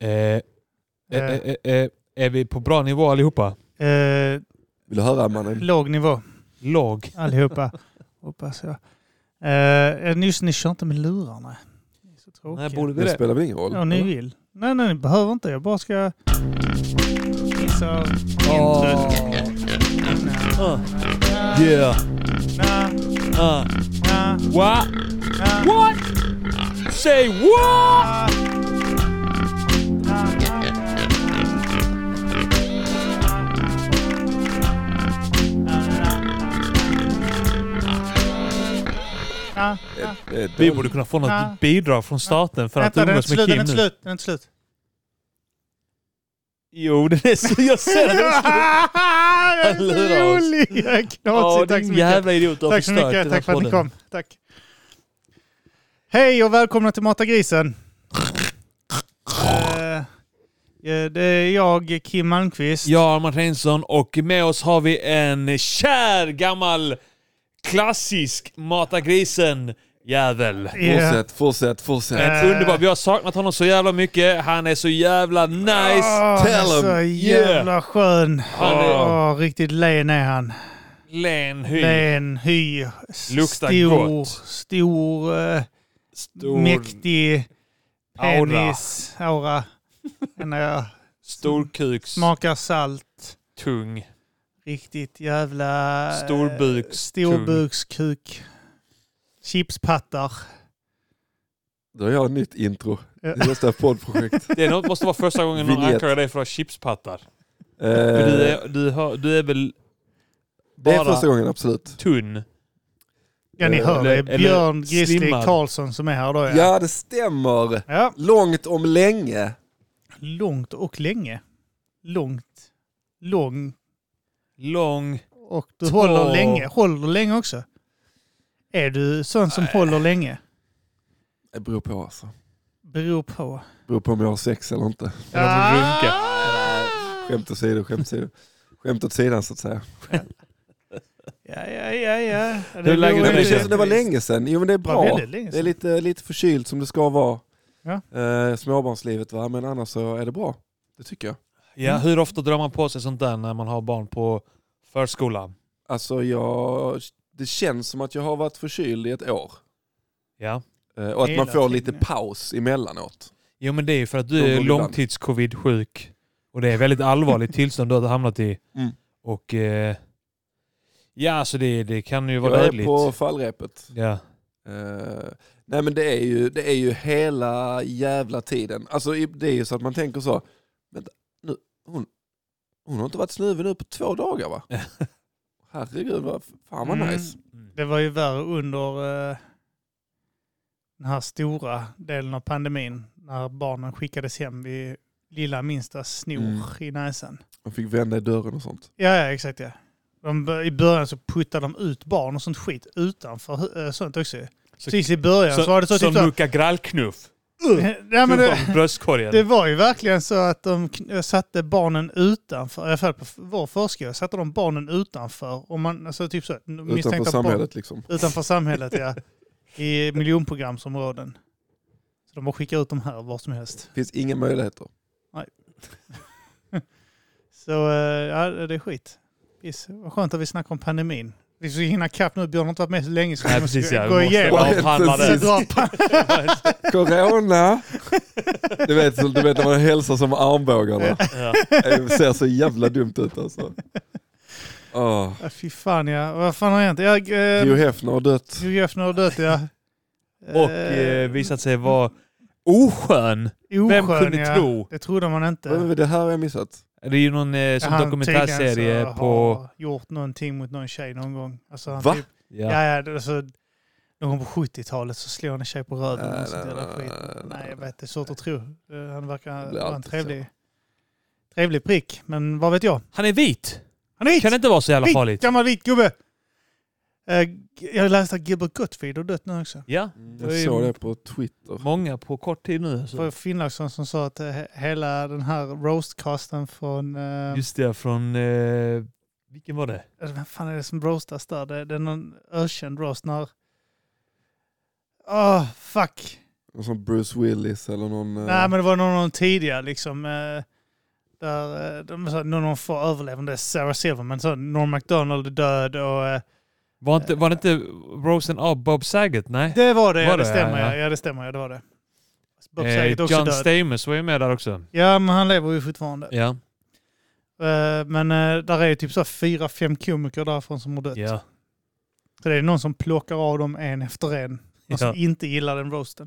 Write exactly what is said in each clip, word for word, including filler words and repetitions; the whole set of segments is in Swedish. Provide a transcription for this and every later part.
Eh, eh, eh, eh, eh, är vi på bra nivå allihopa? Eh, Vill du höra, mannen? låg nivå. Låg. Allihopa. Hoppas jag. Eh, just ni kör inte med lurarna. Det är så tråkigt. Nej, borde vi Det det? spelar väl ingen roll? Ja, ni eller? vill. Nej, nej, ni behöver inte. Jag bara ska... Gissa Åh. introt. Ah. Yeah. Na, Ah. na, What? na, What? Say what? na, na. Ja, ja. Det är Vi dåligt. borde kunna få något Ja. bidrag från staten för att Vänta, den är umgås inte med slut, den är Kim inte nu. slut, den är inte slut. Jo, den är så... Jag ser att den är slut. Jag är Han lurar oss. så rolig! Jag är Ja, knasig, tack din så mycket. jävla idiot. Du har Tack så förstört mycket, den här tack för att ni podden. kom. Tack. Hej och välkomna till Mata grisen. Uh, det är jag, Kim Malmqvist. Jag, Martin Ensson, och med oss har vi en kär gammal klassisk Mata grisen jävel. Yeah. Fortsätt, fortsätt, fortsätt. En underbar. Vi har saknat honom så jävla mycket. Han är så jävla nice. Åh, Tell han är så him. jävla skön. Han är- Åh, riktigt len är han. Len, hy. Len, hy. Luktar stor, gott. Stor, uh, Stor mäktig aura. penis. Aura. När jag Storkuks. smakar salt. Tung. Riktigt jävla... eh, Storbuks- Storbukskuk. Chipspattar. Då har jag ett nytt intro. Ja. Det nästa poddprojekt. Det är något, måste vara första gången någon Vignett. anklagar dig för att ha chipspattar. Eh, För du, är, du, har, du är väl det är bara första gången, absolut. tunn. Ja, ni hör det. Eller- är Björn eller Grizzly slimmad. Karlsson som är här då. Ja. Ja, det stämmer. Ja. Långt om länge. Långt och länge. Långt. Lång. Lång. Och du Två. håller länge. Håller du länge också? Är du sån som Nej. håller länge? Det beror på alltså. Beror på. Beror på om jag har sex eller inte. Eller om du runkar. Skämt åsido, skämt åsido. Skämt åt sidan så att säga. Ja, ja, ja, ja. Det, Hur länge beror har Men det det känns ju- som det var länge sedan. Jo men det är Det var bra. väldigt länge Det är sedan. lite, lite förkylt som det ska vara. Ja. Eh, småbarnslivet va, men annars så är det bra. Det tycker jag. Ja, hur ofta drar man på sig sånt där när man har barn på förskolan? Alltså jag, det känns som att jag har varit förkyld i ett år. Ja. Eh, och att Hela man får tiden, lite ja. paus emellanåt. Jo, men det är ju för att Någon du är gång ibland. långtids-covid-sjuk. Och det är väldigt allvarligt tillstånd du har hamnat i. Mm. Och eh, ja, alltså det, det kan ju vara Jag är dödligt. på fallrepet. Ja. Eh, nej men det är, ju, det är ju hela jävla tiden. Alltså i- det är ju så att man tänker så. Vänta, nu, hon, hon har inte varit snuven nu på två dagar va? Herregud, vad, fan vad Mm. nice. Det var ju värre under eh, den här stora delen av pandemin. När barnen skickades hem vid lilla minsta snor Mm. i näsan. Man fick vända i dörren och sånt. Ja, ja exakt ja. De, I början så puttade de ut barn och sånt skit utanför äh, sånt också. Precis i början så, Så, var det så som typ så. Luka Grallknuff. Ja, men det, Från bröstkorgen. det var ju verkligen så att de kn- satte barnen utanför. I alla fall på f- vår förskola satte de barnen utanför. Och man, alltså typ så, Utanför misstänkta samhället barn, liksom. utanför samhället, ja. I miljonprogramsområden. Så de bara skickar ut dem här var som helst. Finns inga möjligheter. Så äh, ja, det är skit. Piss. Vad skönt att vi snackar om pandemin. Vi ska hinna kapp nu. Björn har inte varit med så länge. Så Nej, vi måste precis, ja. gå Vi måste igenom. avhandla Precis. det. Så dra pan- Corona! Du vet, så- du vet när man hälsar som armbågarna. Ja. Det ser så jävla dumt ut alltså. Oh. Ja, fy fan ja. Vad fan har hänt? Jag, eh, Hugh Hefner har dött. Hugh Hefner har dött ja. Och eh, visat sig vara oskön. oskön, Vem kunde ja. tro? Det trodde man inte. Vad är det här har jag missat? Det är ju någon eh, som Han dokumentärserie tydligen så på... har gjort någonting mot någon tjej någon gång. Alltså han Va? Typ, Ja. ja, ja, det- alltså, någon gång på sjuttiotalet så slår han en tjej på röven. Nej, och sånt nej, jävla nej, skit. nej, Nej, jag nej. vet. Det är svårt att tro. Eh, Han verkar Det blir vara en alltid trevlig, trevlig prick. Men vad vet jag? Han är vit. Han är vit! Kan det inte vara så jävla Vit! farligt? Gammal vit gubbe! Eh, jag läste att Gilbert Gottfried har dött nu också. Ja. Jag såg det på Twitter. Många på kort tid nu. Det Alltså. var Finnlagsson som sa att eh, hela den här roastcasten från... Eh, Just det, från... Eh, vilken var det? Vem fan är det som roastas där? Det, det är någon ökänd roast när... Åh, oh, fuck. Någon som Bruce Willis eller någon... Nej, men det var någon, någon tidigare liksom. Eh, där eh, de, så, någon får överlevande Sarah Silverman. Så Norm Macdonald är död och... Eh, Var, inte, var det inte Rosen av Bob Saget? Nej. det var det, var ja, det, det stämmer. ja, Ja, ja. ja, det stämmer. Ja, det var det. Bob Eh, Saget också John död. Stamos var ju med där också. Ja, men han lever ju fortfarande. Ja. Eh, men eh, där är ju typ så fyra, fem komiker därifrån som har dött. Ja. Så det är någon som plockar av dem en efter en. Och Ja. som inte gillar den roasten.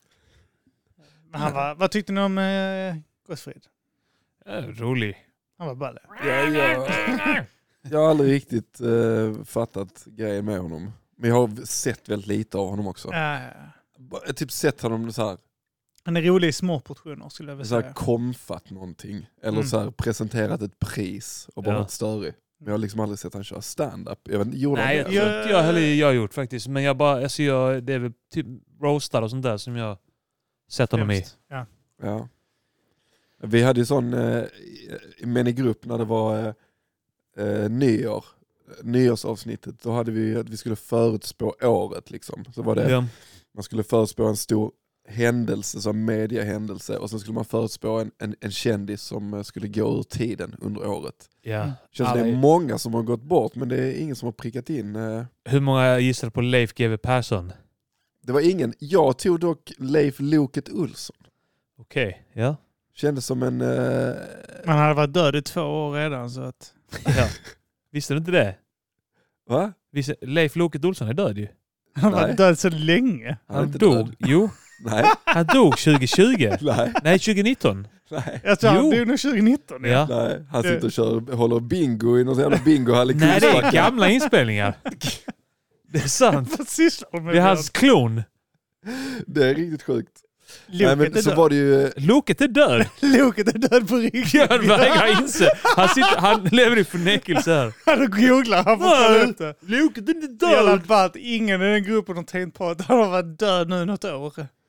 Men han var, vad tyckte ni om eh, Gottfrid? Ja, rolig. Han var balle. Ja, jag, jag har aldrig riktigt uh, fattat grejen med honom. Men jag har sett väldigt lite av honom också. Ja, ja. Jag har typ sett honom så här, Han är rolig i små portioner skulle jag vilja så här säga. komfat någonting. Eller Mm. så här presenterat ett pris och bara Ja. varit störig. Men jag har liksom aldrig sett han köra stand-up. Jag vet inte, gjorde Nej, han jag det? tror inte jag heller jag har gjort faktiskt. Men jag bara, alltså jag, det är väl typ roastar och sånt där som jag sett honom i. Främst. Ja. Ja. Vi hade ju sån eh, men i grupp när det var eh, eh, nyår. Nyårsavsnittet. Då hade vi att vi skulle förutspå året liksom. Så var det, Ja. man skulle förutspå en stor händelse som mediehändelse och sen skulle man förutspå en, en, en kändis som eh, skulle gå ur tiden under året. Ja. Känns Alla- det är många som har gått bort men det är ingen som har prickat in. Eh, Hur många gissade på Leif G W Persson? det var ingen. Jag tog dock Leif Loket Olsson. Okej, ja. Kändes som en... Eh, Man hade varit död i två år redan så att... ja. Visste du inte det? va? Visste, Leif Loket Olsson är död ju. Han var Nej. död så länge. Han är Han inte dog. död. Jo, Nej. han dog tjugo tjugo. Nej. Nej, tjugo nitton. Nej. Jag tror han Jo. dog nog tjugo nitton. Ja. Nej, han Det- sitter och kör, håller bingo i någon jävla bingohall i Nej, det är Kungsbacka. gamla inspelningar. Det är sant. Vad sysslar de med? Det är hans klon. Det är riktigt sjukt. Nej, Loket men är så död. var det ju... Loket är död. Loket är död på riktigt. Björn vägrar inse. Han, sitter, han lever i förnekelse här. Han googlar, han får kolla upp det. Loket är inte Jävla död. ballt. Ingen i den gruppen har tänkt på att han har varit död nu något år.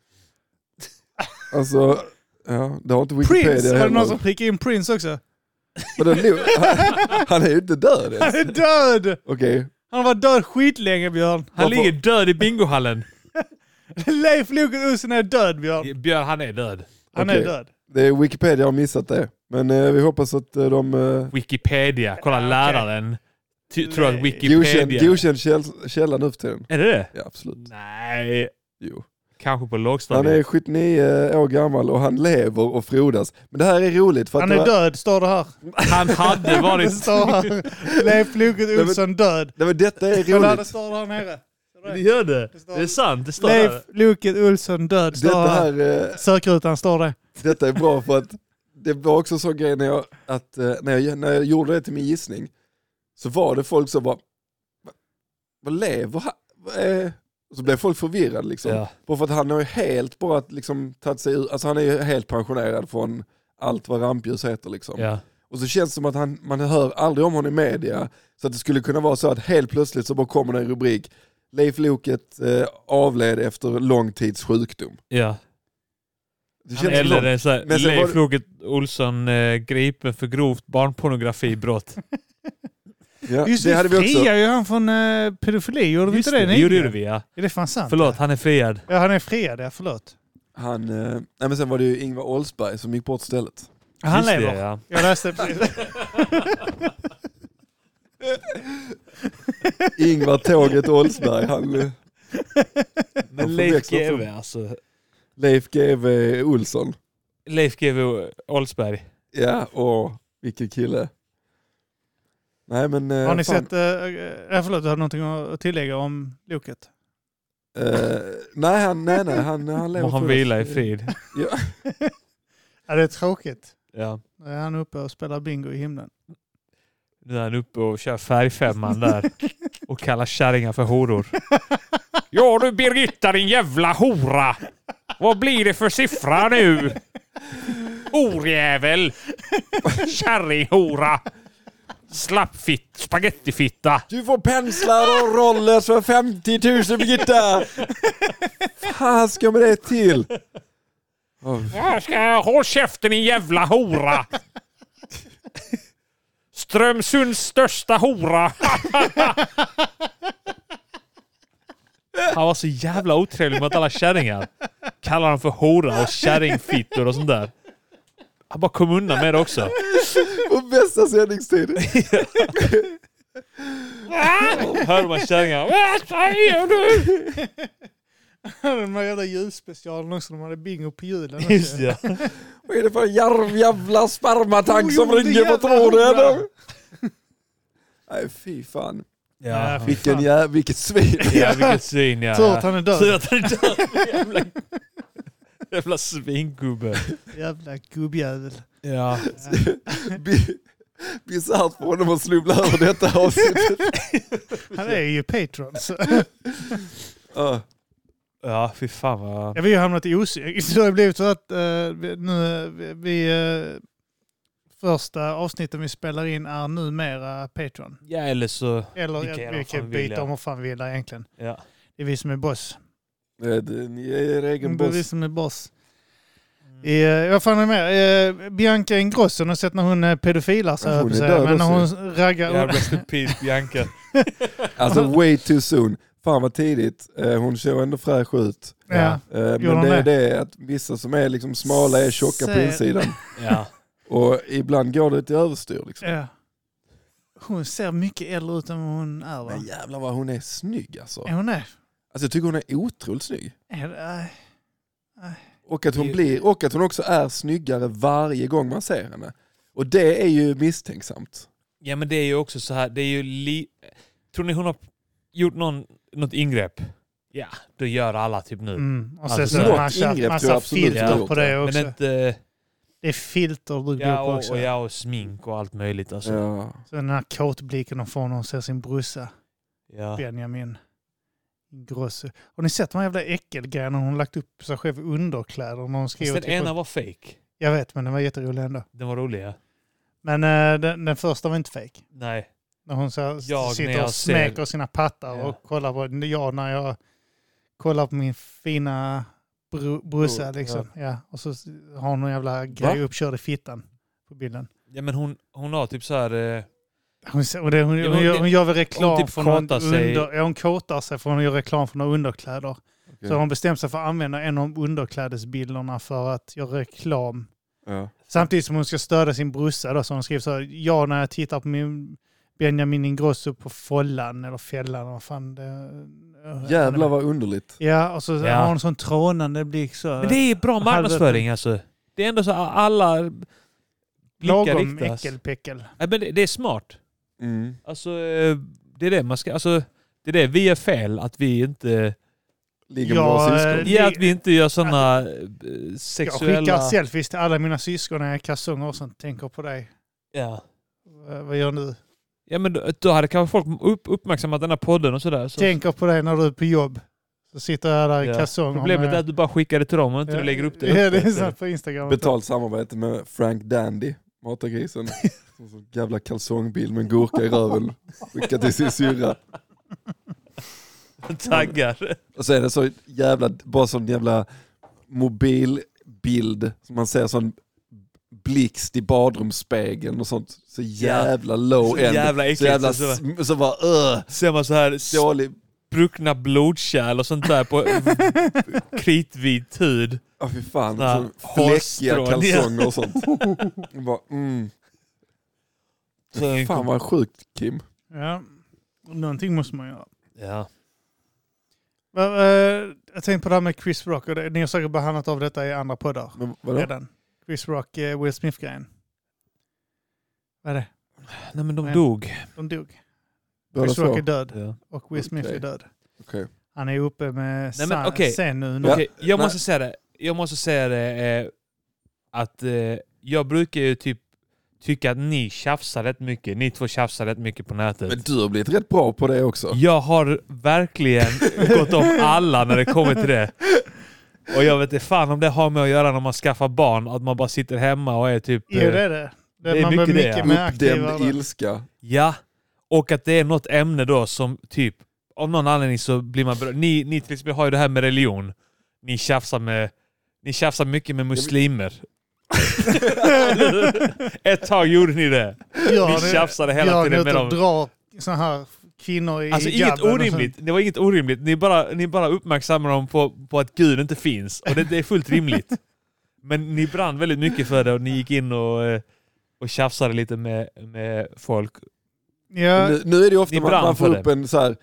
Alltså, ja, det har inte Wikipedia Prince, var det heller. någon som prickade in Prince också? Men den, Lo- han, han är ju inte död ens. Han är död! Okej. Han har varit död skitlänge, Björn. Han Varför- ligger död i bingohallen. Leif Loket Olsson är död, Björn. Björn, han är död. Han Okej. är död. Det är Wikipedia har missat det. Men eh, vi hoppas att eh, de... Eh, Wikipedia. Kolla Ja, okej. läraren. Ty, tror att Nej. godkänd, Wikipedia... godkänd käll, källa nu för tiden. Är det det? Ja, absolut. Nej. Jo. Kanske på Han lågstadiet. är sjuttionio år gammal och han lever och frodas. Men det här är roligt för att Han det är var, död, står det här. Han hade Det varit... står här. Leif Loket Olsson död. det var, detta är Kolla, det roligt. står det här nere. Ser Det du gör det. Det står- Det är sant. Det står Leif där. Loket Olsson död, står Detta, här. här, eh, Sökrutan står det. detta är bra för att det var också så grej när jag, att, eh, när, jag, när jag gjorde det till min gissning så var det folk som bara "Va- vad lever han? Vad är-" Och så blev folk förvirrade liksom. Ja. Bara för att han har ju helt bara liksom tagit sig ur, alltså han är ju helt pensionerad från allt vad rampljus heter liksom. Ja. Och så känns det som att han, man hör aldrig om honom i media. Så att det skulle kunna vara så att helt plötsligt så bara kommer det en rubrik. Leif Loket eh, avled efter lång tids sjukdom. Ja. Det känns Eller långt. det är så här, Men sen var Leif det- Loket Olsson eh, gripen för grovt barnpornografibrott. Ja, Just det hade vi också. friar ju han från uh, pedofili. Gjorde vi Just inte det? det, nyligen? det gjorde vi ja. Är det fan sant? Förlåt, han är friad. Ja, han är friad, ja. Förlåt. Han, eh, nej men sen var det ju Ingvar Oldsberg som gick bort istället. Han Just lever. Det, ja. Jag läste precis. Ingvar Tåget Oldsberg. Han, eh, Men Jag Leif förväxlar G för- W alltså. Leif G W Olsson. Leif G W Oldsberg. Ja, och vilken kille. Nej men... eh, Har ni fan, sett... Uh, uh, förlåt, du har någonting att tillägga om Loket? eh, nej, han, nej, nej, han, han lever Må han för vila oss. i frid. Ja. Ja, det är tråkigt. Ja. Nu är han uppe och spelar bingo i himlen. Nu är han uppe och kör färgfemman där. Och kallar kärringar för horor. Ja du Birgitta din jävla hora. Vad blir det för siffra nu? Horjävel. Kärringhora. Slappfitt. Spagettifitta. Du får penslar och rollers för femtio tusen Birgitta! Fan ska med det till? Oh. Jag ska håll käften din jävla hora. Strömsunds största hora. Han var så jävla otrevlig mot alla kärringar. Kallar han för hora och kärringfittor och sånt där. Han bara kom undan med det också. På bästa sändningstid. Hör man kärringar. Vad säger du? De här jävla julspecialen också. De hade bingo på julen. Just ja. Vad är det för jävla, jävla spermatank Oh, som jo, ringer på jävla tråden? hora. Nej, fy fan. Ja, Vilken jä... Vilket svin. ja vilket svin. Ja. Tur att han är död. Tur att han är död. Jävla, jävla svingubbe. Jävla gubbjävel. Ja. Bi- Bisarrt för honom att snubbla över detta avsnittet. Han är ju Patreon. Så. Ja. Ja, fy fan vad... Ja, vi har hamnat i osynk. Så det har blivit så att uh, vi, nu, vi, vi uh, första avsnittet vi spelar in är numera Patreon. Ja, eller så... Eller vi kan ja, göra vi vad fan kan vi vill, byta ja. om vad fan vi vill där egentligen. Ja. Det är vi som är boss. Det, det, ni är er egen Det är vi boss. som är boss. Mm. Vad fan är det mer? Eh, Bianca Ingrosso, har sett när hon eh, pedofilar så Ja, här hon på är sig. död Men när också. hon raggar... Ja, rest in peace, Bianca. Alltså way too soon. Fan vad tidigt. Eh, hon ser ändå fräsch ut. Ja. Eh, men hon det är med? det att vissa som är liksom smala är tjocka på Se- insidan. Ja. Och ibland går det till överstyr liksom. Ja. Hon ser mycket äldre ut än vad hon är, va? Men jävlar vad hon är snygg alltså. Är hon är? Alltså jag tycker hon är otroligt snygg. Är det, äh, Och att hon blir, och att hon också är snyggare varje gång man ser henne. Och det är ju misstänksamt. Ja, men det är ju också så här, det är ju li... Tror ni hon har gjort någon, något ingrepp? Ja, då gör alla typ nu. mm. Och Alltså, sen så något massa, ingrepp tror jag massa absolut filter har gjort på det det. också. Men inte... Det är filter du Ja, går på och, också. och, ja, och smink och allt möjligt. Alltså. Ja. Så den här kåtblicken de får när de ser sin brussa, Ja. Benjamin Ingrosso. Har ni sett de här jävla äckelgrejerna hon lagt upp sig själv i underkläder? När hon Fast skriver den typ ena på- var fake. Jag vet, men den var jätterolig ändå. Den var rolig, ja. Men uh, den, den första var inte fake. Nej. När hon så, Jag, när sitter jag och ser- smäker sina pattar Ja. och kollar på jag när jag kollar på min fina bro, brussa Oh, liksom. Ja. Och så har hon någon jävla grej uppkörd i fittan på bilden. Ja, men hon, hon har typ så här... Eh, Hon, och det, hon, Ja, men hon, gör, det- hon gör väl reklam hon typ för någon kåtar sig. under... Ja, hon kåtar sig för hon gör reklam för några underkläder. Okej. Så har hon bestämt sig för att använda en av underklädesbilderna för att göra reklam. Ja. Samtidigt som hon ska stödja sin brussa då, så hon skriver så här: ja, när jag tittar på min Benjamin Ingrosso på Follan eller Fällan, vad fan det... Jävlar vad underligt. Ja, och så Ja. har hon en sån trånande blick så... men det är bra marknadsföring alltså. Det är ändå så att alla blickar lagom riktas. äckelpäckel. Ja, men det, det är smart. Mm. Alltså, eh, det är det man ska... Alltså, det är det vi är fel, att vi inte... Ligger med Ja, våra eh, syskon. det- Ja, att vi inte gör sådana Jag sexuella... skickar selfies till alla mina syskon när jag är kalsonger och sånt. Tänker på dig. Ja. Eh, Vad gör du? Ja, men då, då hade kanske folk upp, uppmärksammat den här podden och sådär. Så. Tänker på dig när du är på jobb. Så sitter jag där i Ja. kalsonger. Problemet med- är att du bara skickar det till dem och inte Ja, du lägger upp det. Ja, uppe. det är sant på Instagram. Betalt samarbete med Frank Dandy, Matagrisen. Som så jävla kalsongbild med en gurka i röven. Skickat till sin syrra. Taggar. Och så är det så jävla, bara sån jävla mobilbild som man ser sån blixt i badrumsspegeln och sånt. Så jävla low Så end. jävla äckligt. Så jävla, Så- sm- så bara uh, Ser man så här dålig. spruckna blodkärl och sånt där på kritvit hud. Ja fy fan. Såna Så fläckiga hårstrån, kalsonger och sånt. Och bara, mm. Så- Fan vad sjukt Kim. Ja, någonting måste man göra. Ja. Men, eh, jag tänkte på det här med Chris Rock. Och det, ni har säkert behandlat av detta i andra poddar Men vadå? redan. Chris Rock, eh, Will Smith-grejen. Vad är det? Nej, men de Men- dog. De dog. Båda Chris Rock två? är död Ja. och Will Smith Okej. är död. Okej. Han är uppe med Nej, men sa- okej. sen nu. Ja. Okej, jag nej. måste säga det. Jag måste säga det eh, att eh, jag brukar ju typ tycka att ni tjafsar rätt mycket. Ni två tjafsar rätt mycket på nätet. Men du har blivit rätt bra på det också. Jag har verkligen gått om alla när det kommer till det. Och jag vet inte fan om det har med att göra när man skaffar barn. Att man bara sitter hemma och är typ... Jo, eh, det är det. det, det är man blir mycket det, mycket ja. mer aktivare. Uppdämd ilska. Ja, och att det är något ämne då som typ... Av någon anledning så blir man... berörd. Ni, ni till exempel har ju det här med religion. Ni tjafsar med... Ni tjafsar mycket med muslimer. Ett tag gjorde ni det. Gör Ni det- tjafsade hela gör tiden det med att dem. dra så här kvinnor i Alltså inget orimligt. Det var inget orimligt. Ni bara, ni bara uppmärksammar dem på, på att Gud inte finns. Och det, det är fullt rimligt. Men ni brann väldigt mycket för det och ni gick in och, och tjafsade lite med, med folk. Ja. Nu, nu är det ofta man, man får för upp det. en så här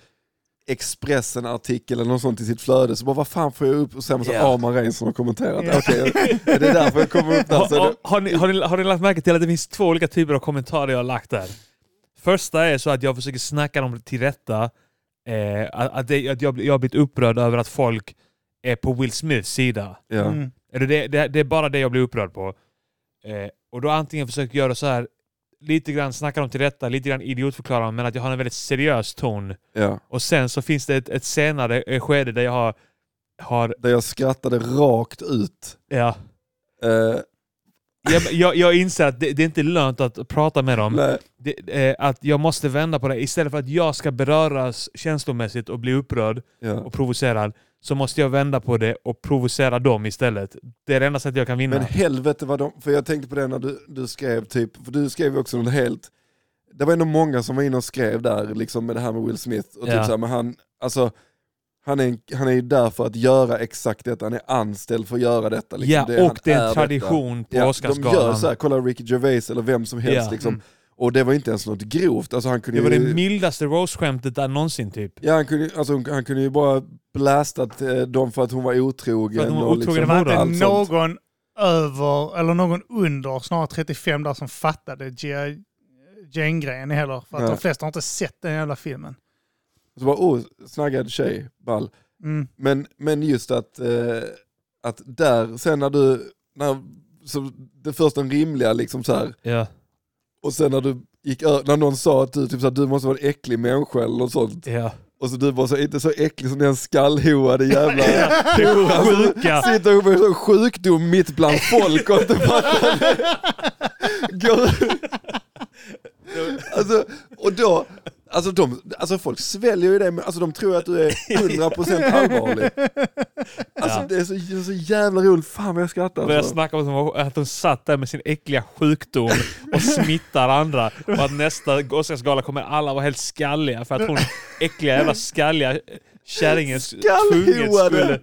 Expressen-artikel eller något sånt i sitt flöde. Så bara, vad fan får jag upp? Och sen så Ja. Arman Reinsson har kommenterat. Ja. Okej, är det därför jag kommer upp där? Så Har, det, har, ni, har, ni, har ni lagt märke till att det finns två olika typer av kommentarer jag har lagt där? Första är så att jag försöker snacka dem till rätta. Eh, att det, att jag, jag har blivit upprörd över att folk är på Will Smiths sida. ja. Mm. Eller det, det, det är bara det jag blir upprörd på. Eh, och då antingen försöker jag göra så här, lite grann snacka dem till rätta, lite grann idiotförklara dem, men att jag har en väldigt seriös ton. Ja. Och sen så finns det ett, ett senare skede där jag har... har Där jag skrattade rakt ut. ja, Eh, jag, jag, jag inser att det, det är inte lönt att prata med dem. nej. Det, eh, att jag måste vända på det. Istället för att jag ska beröras känslomässigt och bli upprörd Ja. och provocerad, så måste jag vända på det och provocera dem istället. Det är det enda sättet jag kan vinna. Men helvete vad de... För jag tänkte på det när du, du skrev typ... För du skrev också något helt... Det var ändå många som var inne och skrev där liksom med det här med Will Smith. Och typ Ja. så här, men han... Alltså... Han är, han är ju där för att göra exakt detta. Han är anställd för att göra detta. Liksom. ja, det, och han det är en detta. tradition på Ja, de Oscarsgalan. gör så här, kolla Ricky Gervais eller vem som helst. Ja. Liksom. Mm. Och det var inte ens något grovt. Alltså, han kunde Det var ju, det mildaste roast-skämtet där någonsin typ. ja, han, kunde, alltså, han kunde ju bara blastat eh, dem för att hon var otrogen. För att hon var och otrogen, Det liksom, var inte allt sånt. någon över, eller någon under, snarare trettiofem där som fattade G I Jane-grejen heller. För att Nej. de flesta har inte sett den jävla filmen. Så bara, oh, snaggad tjej, ball. Mm. Men, men just att, eh, att där, sen när du, när, så det först en rimliga liksom så här, Ja. och sen när du gick ö- när någon sa att du, typ så här, du måste vara en äcklig människa eller något sånt. Ja. Och så du var så, inte så äcklig som den skallhoade jävla Sjuka. sitter och med sån sjukdom mitt bland folk och inte fattar. Går... alltså, och då, alltså, de, alltså folk sväljer ju det, men alltså, de tror att du är hundra procent allvarlig. Alltså Ja. det är så, det är så jävla roligt, fan vad jag skrattar. Började Alltså. snacka om att de satt där med sin äckliga sjukdom och smittar andra. Och att nästa Oscarsgala kommer alla vara helt skalliga för att hon äckliga jävla skalliga kärringen tvunget skulle...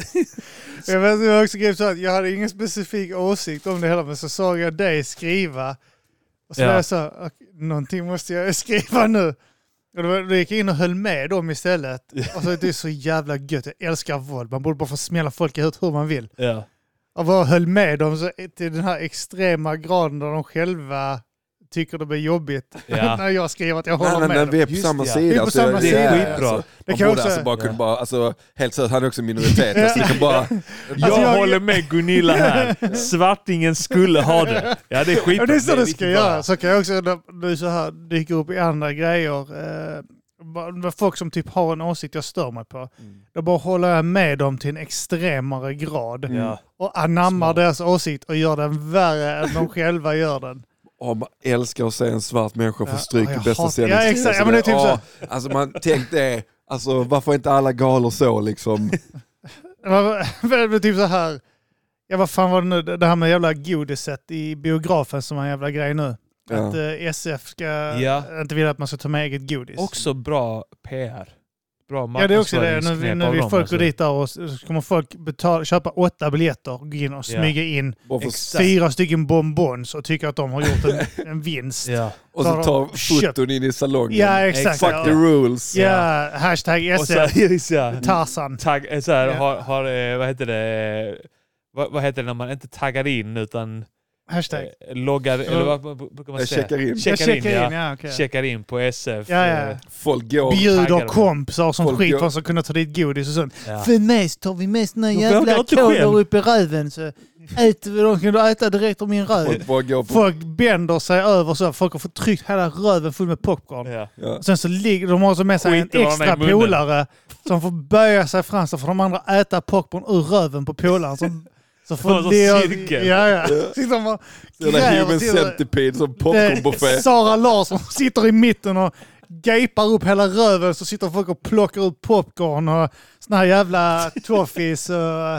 Jag vet, jag, också skrev så att jag hade ingen specifik åsikt om det hela, men så såg jag dig skriva. Och så Ja. var jag så, okay, någonting måste jag skriva nu. Och då, då gick jag in och höll med dem istället. Och så, det är så jävla gött, jag älskar våld. Man borde bara få smälla folk i huvudet hur man vill. Ja. Och bara höll med dem så, till den här extrema graden där de själva tycker det blir jobbigt. Ja. När jag skriver att jag Nej, håller men med när dem. vi är på Just samma det, ja. sida. Vi är på så samma det sida, är ja. skitbra. Det Man kan borde också- alltså bara kunna Ja. bara, alltså, helt så han är också minoritet. Så vi kan bara, Jag, jag- håller med Gunilla här. Svartingen skulle ha det. Ja, det är skitbra. Ja, det är så det viktigt ska bara. göra. Så kan jag också, när du så här dyker upp i andra grejer, eh, bara- folk som typ har en åsikt jag stör mig på, då bara håller jag med dem till en extremare grad Ja. och anammar Smart. deras åsikt och gör den värre än de själva gör den. oh, man älskar att se en svart människa få Ja, stryk ja, i jag bästa hatar- scenen. ja, exakt. Ja, men det är typ så. Åh, alltså man tänk det, alltså varför är inte alla galor så liksom? Det var väl typ så här, ja vad fan var det nu, det här med jävla godiset i biografen som är en jävla grej nu. Ja. Att eh, S F ska Ja. inte vilja att man ska ta med eget godis. Också bra P R. Bra Ja, det är också det. Nu, marknadsföringsknep nu av vill dem, folk alltså. gå dit där och så kommer folk betala, köpa åtta biljetter och gå in och smyga in Bara för, Exakt. fyra stycken bonbons och tycker att de har gjort en, en vinst. Ja. och så Bara ta köp. foton in i salongen. Ja, exakt. Fuck Ja, the rules. ja, hashtag Och så, S F, så här, Tarzan. tagg, eh, så här, Ja. har, har, eh, vad heter det, vad, vad heter det när man inte taggar in utan Hashtag. eh, loggar, eller vad vad brukar man Jag säga? checkar in. Jag Checkar in, checkar in, ja. ja, okej. Checkar in på S F. Ja, ja. eh, Folk går. Bjuder taggade. kompisar som Folk skit gör- för att ska kunna ta dit godis och sånt. Ja. För mig så tar vi med såna Jag jävla vågar inte själv. kolor upp i röven så äter vi, de kan du äta direkt ur min röv. Folk bara går på. Folk bänder sig över så. Folk har fått tryckt hela röven full med popcorn. Ja. Ja. Och sen så ligger de har så med sig en Skiter varandra extra i munnen. polare som får böja sig fram så får de andra äta popcorn ur röven på polaren. Som, så Det var så det- cirkel. Ja, ja. Sitter de och Den där gräver human till det. centipede som Det popcornbuffé. är Sara Larsson sitter i mitten och gapar upp hela röven så sitter folk och plockar ut popcorn och såna här jävla toffees och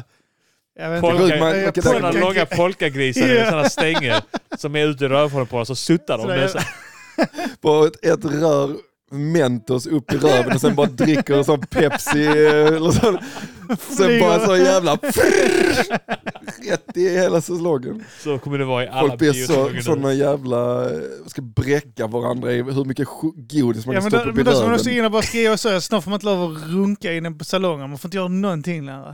jag vet inte. Polka- Polka, man kan- sådana långa polkagrisar, Ja. sådana stänger som är ute i rövhålet på och så suttar de. Så Det är det- så, På ett, ett rör Mentos upp i röven och sen bara dricker sån Pepsi eller sån. Sen bara så jävla rätt i hela säsongen. Så kommer det vara i alla folk blir så, såna jävla ska bräcka varandra i hur mycket godis man ja, kan stoppa upp i röven. Men då ska man också in och bara skriva så. Snart får man inte lov att runka inne på salongen. Man får inte göra någonting längre.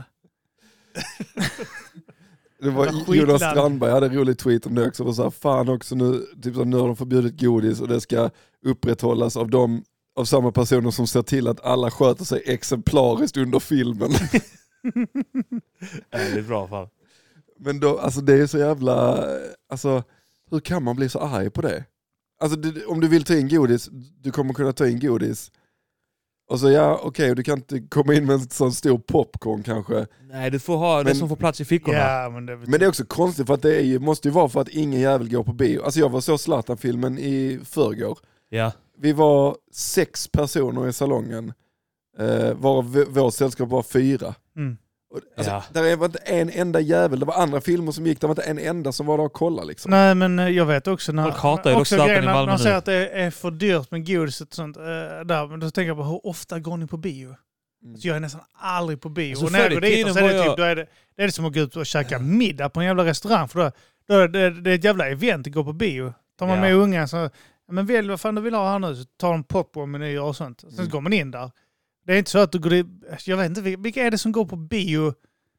Det var Jonas Strandberg hade en rolig tweet om det också. Det var så här, fan också nu, typ så, nu har de förbjudit godis och det ska upprätthållas av de av samma personer som ser till att alla sköter sig exemplariskt under filmen. Ja, det är bra fall. Men då, alltså det är så jävla, alltså hur kan man bli så arg på det? Alltså det, om du vill ta in godis, du kommer kunna ta in godis. Och så ja, okej, okay, du kan inte komma in med en sån stor popcorn kanske. Nej, du får ha men, det som får plats i fickorna. Ja, men, det men det är också konstigt för att det är ju, måste ju vara för att ingen jävel går på bio. Alltså jag var så Zlatan-filmen i förrgår. Ja. Vi var sex personer i salongen. Eh, var vår sällskap var fyra. Mm. Alltså, ja. Där var inte en enda jävel. Det var andra filmer som gick. Det var inte en enda som var där och kollade. Liksom. Nej, men jag vet också när, också också grejen, när de säger nu. att det är för dyrt med godis och sånt. Eh, där, men då tänker jag på hur ofta går ni på bio? Mm. Så jag är nästan aldrig på bio. Alltså, och när jag går dit så är det, jag... typ, då är det, det är det som att gå ut och käka middag på en jävla restaurang. För då, då är det, det är ett jävla event att gå på bio. Tar man ja. med unga så... Men välj vad fan du vill ha här nu, så tar de popcorn-menyer och sånt. Sen mm. går man in där. Det är inte så att du går dit, jag vet inte, vilka är det som går på bio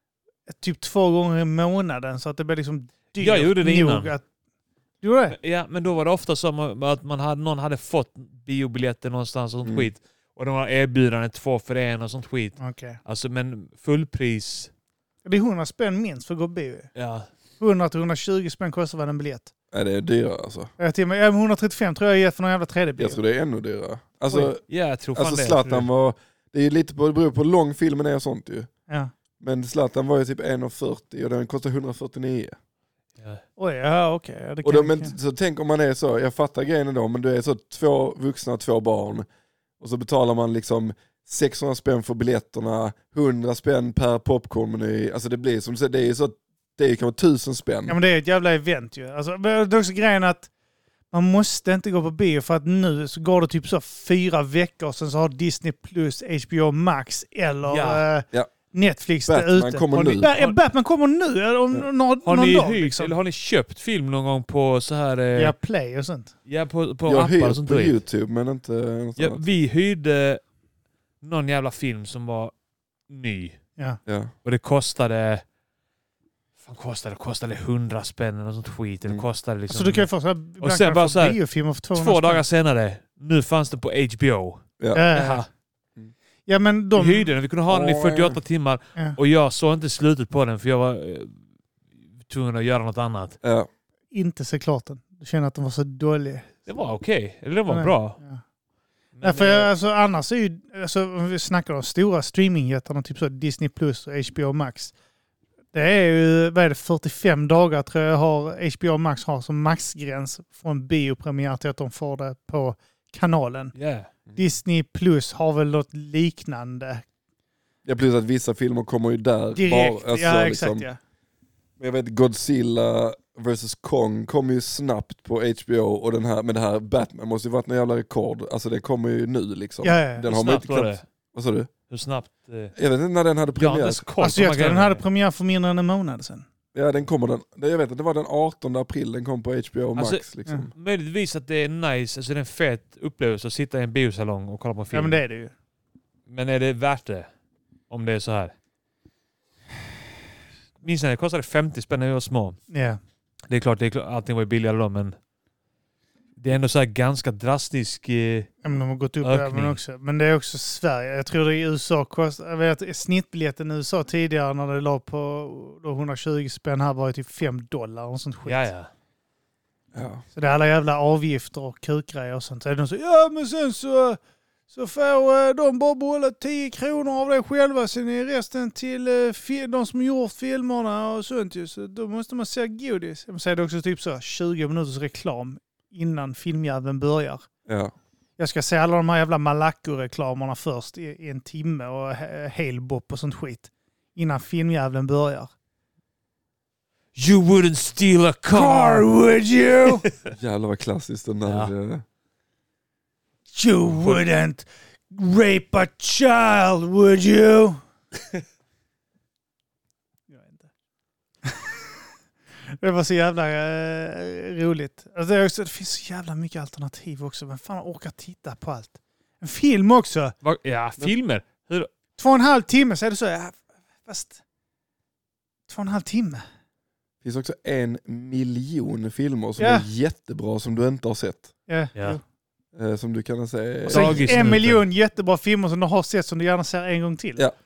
typ två gånger i månaden så att det blir liksom dyrt. Jag gjorde det innan. Att, gjorde det? Ja, men då var det ofta som att man hade, någon hade fått biobiljetter någonstans och sånt mm. skit. Och de var erbjudande två för en och sånt skit. Okay. Alltså, men fullpris. Det är hundra spänn minst för att gå på bio. Ja. hundra till hundratjugo spänn kostar väl en biljett. Ja, det är dyrare alltså. Jag till mig, hundratrettiofem tror jag är för någon jävla tredje bio. Jag tror det är ännu dyrare. Alltså, ja, jag tror fan alltså det. Zlatan var, det är ju lite på, det beror på hur lång filmen är och sånt ju. Ja. Men Zlatan var ju typ en fyrtio och den kostar hundrafyrtionio. Ja. Oj, ja okej. Okay. Ja, och då, men, så tänk om man är så, jag fattar grejen ändå, men du är så två vuxna och två barn. Och så betalar man liksom sexhundra spänn för biljetterna, hundra spänn per popcornmeny. Alltså det blir som du säger, det är så det kan vara tusen spänn. Ja, men det är ett jävla event ju. Alltså, det är också grejen att man måste inte gå på bio för att nu så går det typ så fyra veckor sen så har Disney plus, H B O Max eller ja. Uh, ja. Netflix Batman ute. kommer ni, nu. Ba- Batman kommer nu eller om ja. någon, har någon ni dag. Hyrt, Liksom. eller har ni köpt film någon gång på så här... Eh, ja, Play och sånt. Ja, på, på jag appar och sånt. på där. YouTube men inte något ja, annat. Vi hyrde någon jävla film som var ny. Ja. Ja. Och det kostade... Fan kostade, kostade hundra spänn och sånt skit. Mm. Det kostade liksom... Så du kan ju få så här, och sen bara så här, biofilmer för tvåhundra två spänn. dagar senare, nu fanns det på H B O. Ja. Ja. Mm. Ja, men de... Vi hyrde den, vi kunde ha den i fyrtioåtta timmar. Ja. Och jag såg inte slutet på den för jag var eh, tvungen att göra något annat. Ja. Inte se klart den. Du känner att den var så dålig. Det var okej. Okay. Eller det var Nej. bra. Ja. Men, Nej, för jag, alltså, annars är ju, alltså, om vi snackar om stora streamingjättarna, typ så Disney plus och H B O Max. Det är ju, vad är det, fyrtiofem dagar tror jag har H B O Max har som maxgräns från biopremiär till att de får det på kanalen. yeah. Disney plus har väl något liknande. Ja, plus att vissa filmer kommer ju där. Direkt, bara, alltså, ja liksom, exakt ja. Jag vet Godzilla versus Kong kom ju snabbt på H B O och den här, men det här Batman måste ju varit en jävla rekord. Alltså det kommer ju nu liksom. Ja, ja. Den Hur har man snabbt inte var det? Vad sa du? Hur snabbt? Eh... Jag vet inte när den hade premiär. Ja, alltså jag tror den hade premiär för mindre än en månad sedan. Ja, den kommer den. Jag vet att det var den artonde april den kom på H B O Max. Alltså, liksom. ja. Möjligtvis att det är nice, alltså det är en fet upplevelse att sitta i en biosalong och kolla på en film. Ja men det är det ju. Men är det värt det? Om det är så här. Minns ni, det kostade femtio spänn när vi var små. Ja. Det är klart, det är klart allting var ju billigare då, men det är ändå så här ganska drastisk eh, ja, men de har gått upp ökning. även också. Men det är också Sverige. Jag tror det är i U S A kost, jag vet snittbiljetten i U S A tidigare när det låg på hundratjugo spänn här var det typ fem dollar och sånt skit. Ja, ja. Ja. Så det är alla jävla avgifter och kukgrejer och sånt. Så är det de så, ja men sen så, så får de bara behålla tio kronor av det själva. Sen är resten till de som gjort filmerna och sånt. Så då måste man säga godis. Jag säger det också typ så tjugo minuters reklam innan filmjäveln börjar. Ja. Jag ska se alla de här jävla Malaco-reklamerna först i, i en timme och helbop och sånt skit. Innan filmjäveln börjar. You wouldn't steal a car, car would you? Jävlar vad klassiskt den där. Ja. Ja. You wouldn't rape a child, would you? Det var så jävla uh, roligt. Alltså det, är också, det finns så jävla mycket alternativ också. Men fan orkar titta på allt. En film också. Ja, filmer. Hur? Två och en halv timme så är det så. Ja, fast två och en halv timme. Det finns också en miljon filmer som ja. är jättebra som du inte har sett. Ja, ja. Eh, som du kan säga. Och så en miljon jättebra filmer som du har sett som du gärna ser en gång till. Ja.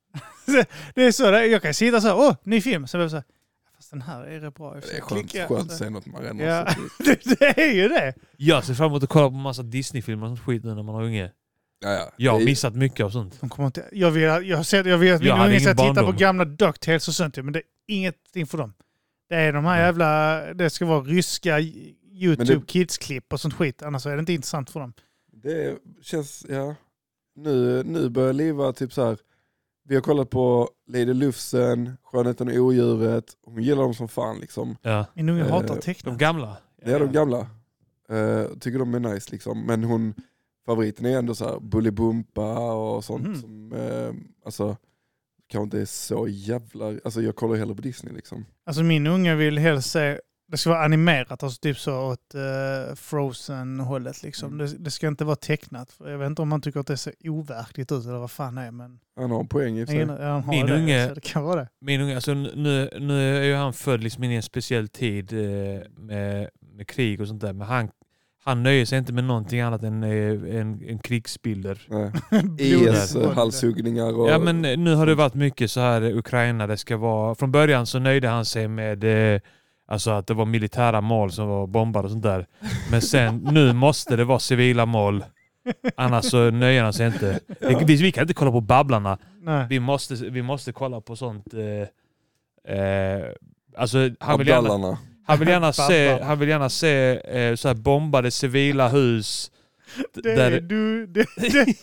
Det är så. Jag kan sitta så här, åh, ny film. Så det är så här, fast den här är rätt bra. Det är skönt, skönt att se något man redan ja. har sett. det, det är ju det. Jag ser fram emot att kolla på en massa Disney-filmer och sånt skit nu när man har unge. Ja, ja. Jag har det... missat mycket av sånt. De kommer inte, jag vill, jag har sett, jag vill att min unge ska titta på gamla DuckTales och sånt. Men det är ingenting för dem. Det är de här mm. jävla, det ska vara ryska YouTube det... Kids-klipp och sånt skit. Annars är det inte intressant för dem. Det känns, ja. Nu, nu börjar Liva typ så här. Vi har kollat på Lady Lufsen, Skönheten och odjuret. Hon gillar dem som fan liksom. Ja. Min unge hatar tecknat. De gamla. Det är de gamla. Uh, tycker de är nice liksom. Men hon, favoriten är ändå så här Bullybumpa och sånt. Mm. Som, uh, alltså, kanske inte är så jävla... Alltså jag kollar hellre på Disney liksom. Alltså min unge vill helst se... Det ska vara animerat, alltså typ så åt uh, Frozen-hållet liksom. Mm. Det, det ska inte vara tecknat. Jag vet inte om man tycker att det ser overkligt ut eller vad fan det är, men... Han har en poäng i sig. Ja, min det, unge, det kan vara det. Min unge, alltså nu, nu är ju han född liksom in i en speciell tid eh, med, med krig och sånt där. Men han, han nöjer sig inte med någonting annat än eh, en, en krigsbilder. I S-halshuggningar och... Ja, men nu har det varit mycket så här Ukraina. Det ska vara... Från början så nöjde han sig med... Eh, Alltså att det var militära mål som var bombade och sånt där. Men sen, nu måste det vara civila mål. Annars så nöjer han sig inte. Det, vi, vi kan inte kolla på Babblarna. Nej. Vi måste, vi måste kolla på sånt. Eh, eh, alltså han vill gärna, han vill gärna se, han vill gärna se eh, så här bombade civila hus. Det där, är du... Det, det.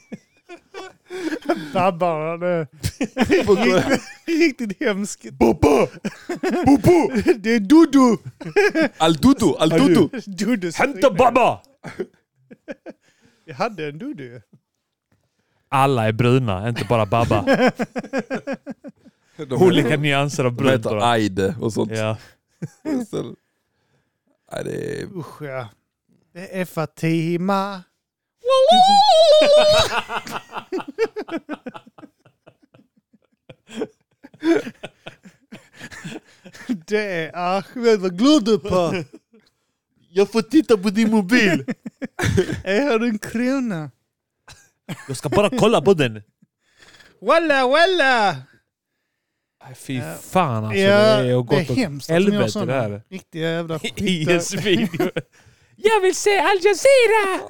Babbarna, det är riktigt hemskt. Bobba! Bobo! Det är Dudu! Al Dudu! Al Dudu! Hämta Babba! Jag hade en Dudu. Alla är bruna, inte bara Babba. Olika nyanser av brunt. De heter Aide och sånt. Ja. Så, nej, det är... Usch, ja. Det är Fatima. Det är Ahmed, vad glad du på. Jag får titta på din mobil. Jag har en krona. Jag ska bara kolla på den. Walla, walla. Fy fan alltså. Ja, det är, det är hemskt. Helvete det här. Riktiga jävla skit. I en video. Jag vill se Al Jazeera!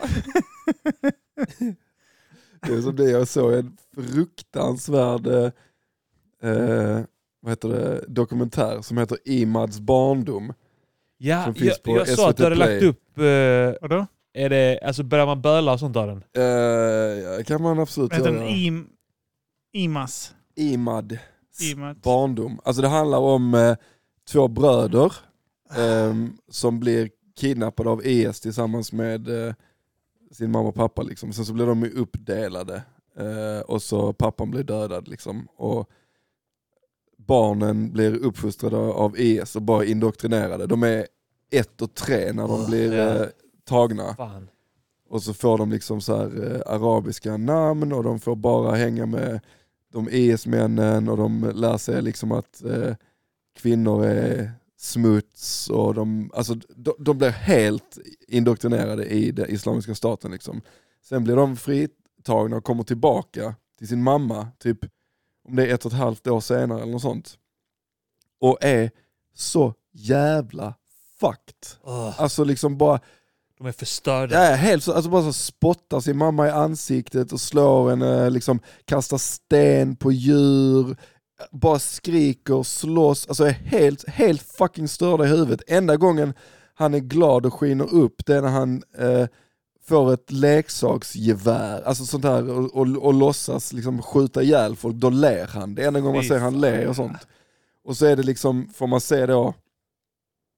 Det är som det jag såg en fruktansvärd eh, vad heter det, dokumentär som heter Imads barndom. Ja, som finns jag, på jag sa att du hade lagt upp... Eh, Vadå? Är det, alltså börjar man böla och sånt av den? Eh, ja, kan man absolut heter göra. Den Im, Imas. Imad. Imad. Barndom. Alltså det handlar om eh, två bröder eh, som blir kidnappade av I S tillsammans med eh, sin mamma och pappa liksom. Sen så blir de uppdelade eh, och så pappan blir dödad liksom. Och barnen blir uppfostrade av I S och bara indoktrinerade. De är ett och tre när de oh, blir ja. eh, tagna. Fan. Och så får de liksom så här eh, arabiska namn och de får bara hänga med de I S-männen och de lär sig liksom att eh, kvinnor är smuts och de, alltså, de, de blir helt indoktrinerade i den islamiska staten liksom. Sen blir de fritagna och kommer tillbaka till sin mamma typ om det är ett och ett halvt år senare eller något sånt. Och är så jävla fucked. Oh. Alltså liksom bara de är förstörda. Ja, helt så, alltså bara så spottar sin mamma i ansiktet och slår henne, liksom kastar sten på djur, bara skriker, slåss, alltså är helt, helt fucking störda i huvudet. Enda gången han är glad och skiner upp det är när han eh, får ett leksaksgevär, alltså sånt här och, och, och låtsas liksom skjuta ihjäl folk, då ler han. Det är enda gången man ser han ler och sånt. Och så är det liksom, får man se då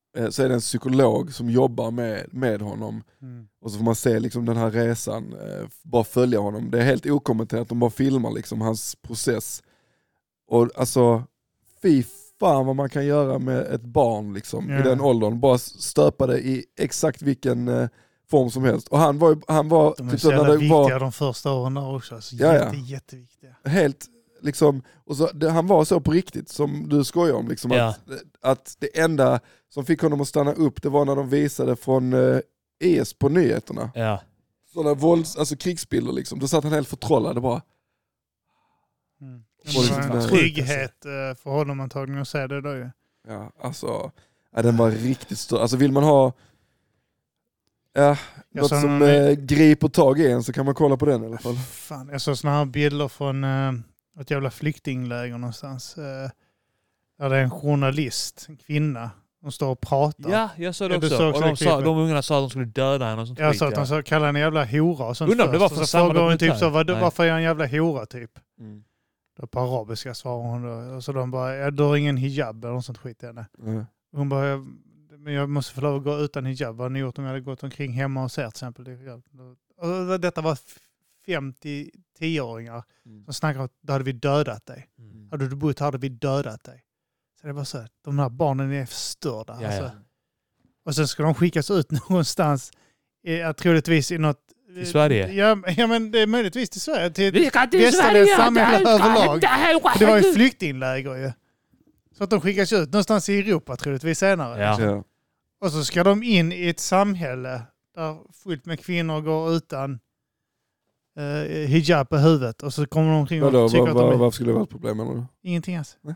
så är det en psykolog som jobbar med, med honom. Mm. Och så får man se liksom den här resan, eh, bara följa honom. Det är helt okommenterat, de bara filmar liksom hans process. Och alltså, fy fan vad man kan göra med ett barn liksom, yeah. i den åldern. Bara stöpa det i exakt vilken eh, form som helst. Och han var, han var de är typ så jävla viktiga var, de första åren där också. Alltså, ja, jätte, ja. jätteviktiga. Helt liksom, och så, det, han var så på riktigt som du skojar om liksom, ja. att, att det enda som fick honom att stanna upp, det var när de visade från eh, E S på nyheterna. Ja. Sådana vålds, alltså krigsbilder liksom. Då satt han helt förtrollad bara. Mm. Det var en trygghet för honom antagligen att säga det då ju. Ja, alltså ja, den var riktigt stor. Alltså vill man ha ja, något som äh, griper tag i en så kan man kolla på den i alla fall. Fan, jag såg såna här bilder från äh, ett jävla flyktingläger någonstans. Äh, där det är en journalist, en kvinna. De står och pratar. Ja, jag såg det också. Så och de, sa, de ungarna sa att de skulle döda henne. Och sånt jag sa att de så kallade henne en jävla hora. Och sånt. Undrar om det var från samma dokumentär. Typ så, var, varför är jag en jävla hora typ? Mm. Då på arabiska svarar hon då. Och så de bara, jag dör ingen hijab eller något sånt skit i henne. Mm. Hon bara, jag, men jag måste få lov att gå utan hijab. Vad hade ni gjort om jag hade gått omkring hemma och sett till exempel? Och detta var femtio-tioåringar mm. som snackade om att då hade vi dödat dig. Mm. Hade du bott här hade vi dödat dig. Så det var så att de här barnen är förstörda. Ja, alltså. Ja. Och sen ska de skickas ut någonstans. Jag troligtvis i något... I Sverige? Ja, ja, men det är möjligtvis till Sverige. Till vi ska till Sverige! Samhälle överlag. Det var ju flyktingläger ju. Så att de skickas ut någonstans i Europa troligtvis senare. Ja. Ja. Och så ska de in i ett samhälle där fullt med kvinnor går utan uh, hijab på huvudet. Och så kommer de omkring och Vadå, tycker var, att de är... Varför skulle det vara ett problem? Eller? Ingenting alls. Nej.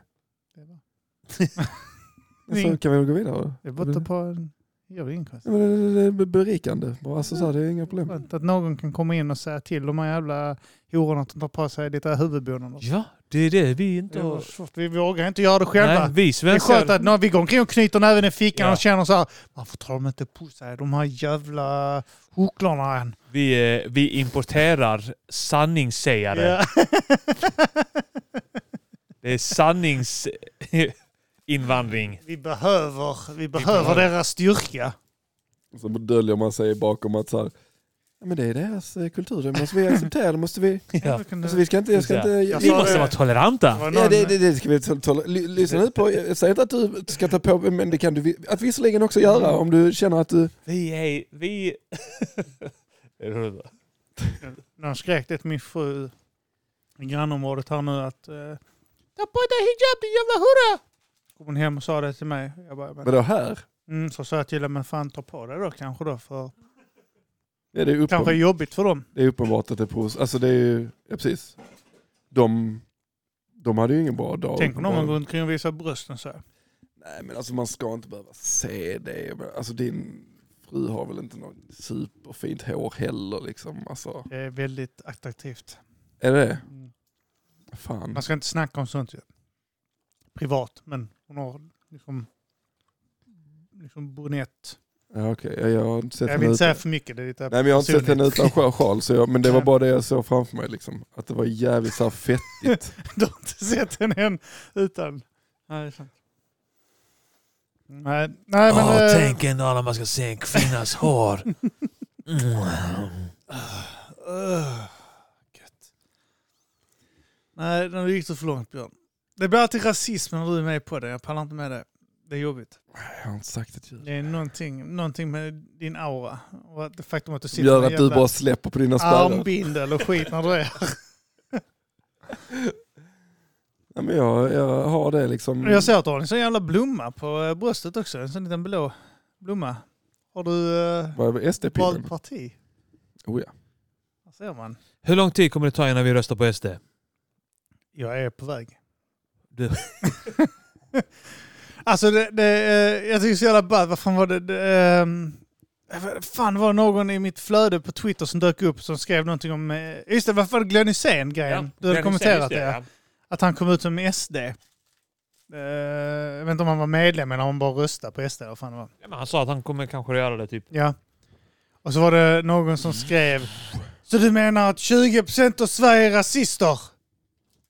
Så kan vi väl gå vidare? Det är borta på en... Jag vet inte. Ja, det är berikande. Alltså, så, det är inga problem. Att någon kan komma in och säga till de här jävla hororna att de tar på sig lite huvudbonader. Ja, det är det vi inte har... Vi vågar inte göra det själva. Nej, vi svenskar... Det är skönt att när vi går omkring och knyter näven i fickan ja. och känner så här, varför tar de inte på sig de här jävla hucklorna än? Vi, vi importerar sanningssägare. Ja. Det är sannings... invandring. Vi behöver, vi behöver, vi behöver deras styrka. Så döljer man sig bakom att så här, ja, men det är deras kultur, det måste vi acceptera, det måste vi. Ja. Alltså, vi ska inte, jag ska inte jag vi måste det. vara toleranta. Någon... Ja, det, det, det ska vi toleranta. Lyssna nu på, jag säger inte att du ska ta på, men det kan du att visserligen också göra om du känner att du... Vi är, vi... är det roligt? När han skrek det till min fru i grannområdet här nu att uh, ta på dig hijab, din jävla hurra! Kom hon hem och sa det till mig. Jag bara, men då här? Mm, så sa jag till dem, men fan ta på det då kanske då. För ja, det är kanske är jobbigt för dem. Det är uppenbart att det är pros. Alltså det är ju, ja, precis. De, de hade ju ingen bra dag. Tänk om någon går omkring och visar brösten så här. Nej, men alltså man ska inte behöva se det. Alltså din fru har väl inte något superfint hår heller liksom. Alltså. Det är väldigt attraktivt. Är det? Mm. Fan. Man ska inte snacka om sånt ju. Privat, men hon har liksom, liksom brunett. Ja, okej. Okay. Jag, jag har inte sett jag vill inte säga för mycket. Det är lite Nej, men jag har inte sett henne utan sjal, så jag, men det var bara det jag såg framför mig. Liksom. Att det var jävligt så fettigt. Du har inte sett henne än utan... Nej, det är sant. Nej, nej men... Åh, äh... tänk ändå när man ska se en kvinnas hår. Mm. Uh, nej, den gick så för långt, Björn. Det blir alltid rasism när du är med på det. Jag pallar inte med det. Det är jobbigt. Jag har inte sagt det. Det är någonting, någonting med din aura. Och det faktum att du sitter gör att du bara släpper på dina spärrar. Armbindel och skit när du är ja, men jag, jag har det liksom. Jag ser att du har en sån jävla blomma på bröstet också. En sån liten blå blomma. Har du uh, S D-pillen? Valt parti? Oh ja. Vad ser man? Hur lång tid kommer det ta innan vi röstar på S D? Jag är på väg. Du. Alltså det, det, jag tycker så jävla bad. Vad fan var det? det um, fan var någon i mitt flöde på Twitter som dök upp som skrev någonting om... Just det, varför var det Glenn Hysén-grejen? Ja, du hade kommenterat det. Ja. Att han kom ut som S D. Uh, jag vet inte om han var medlem eller om han bara röstade på S D. Vad fan det var. Ja, men han sa att han kommer kanske göra det typ. Ja. Och så var det någon som skrev... Så du menar att tjugo procent av Sverige är rasister?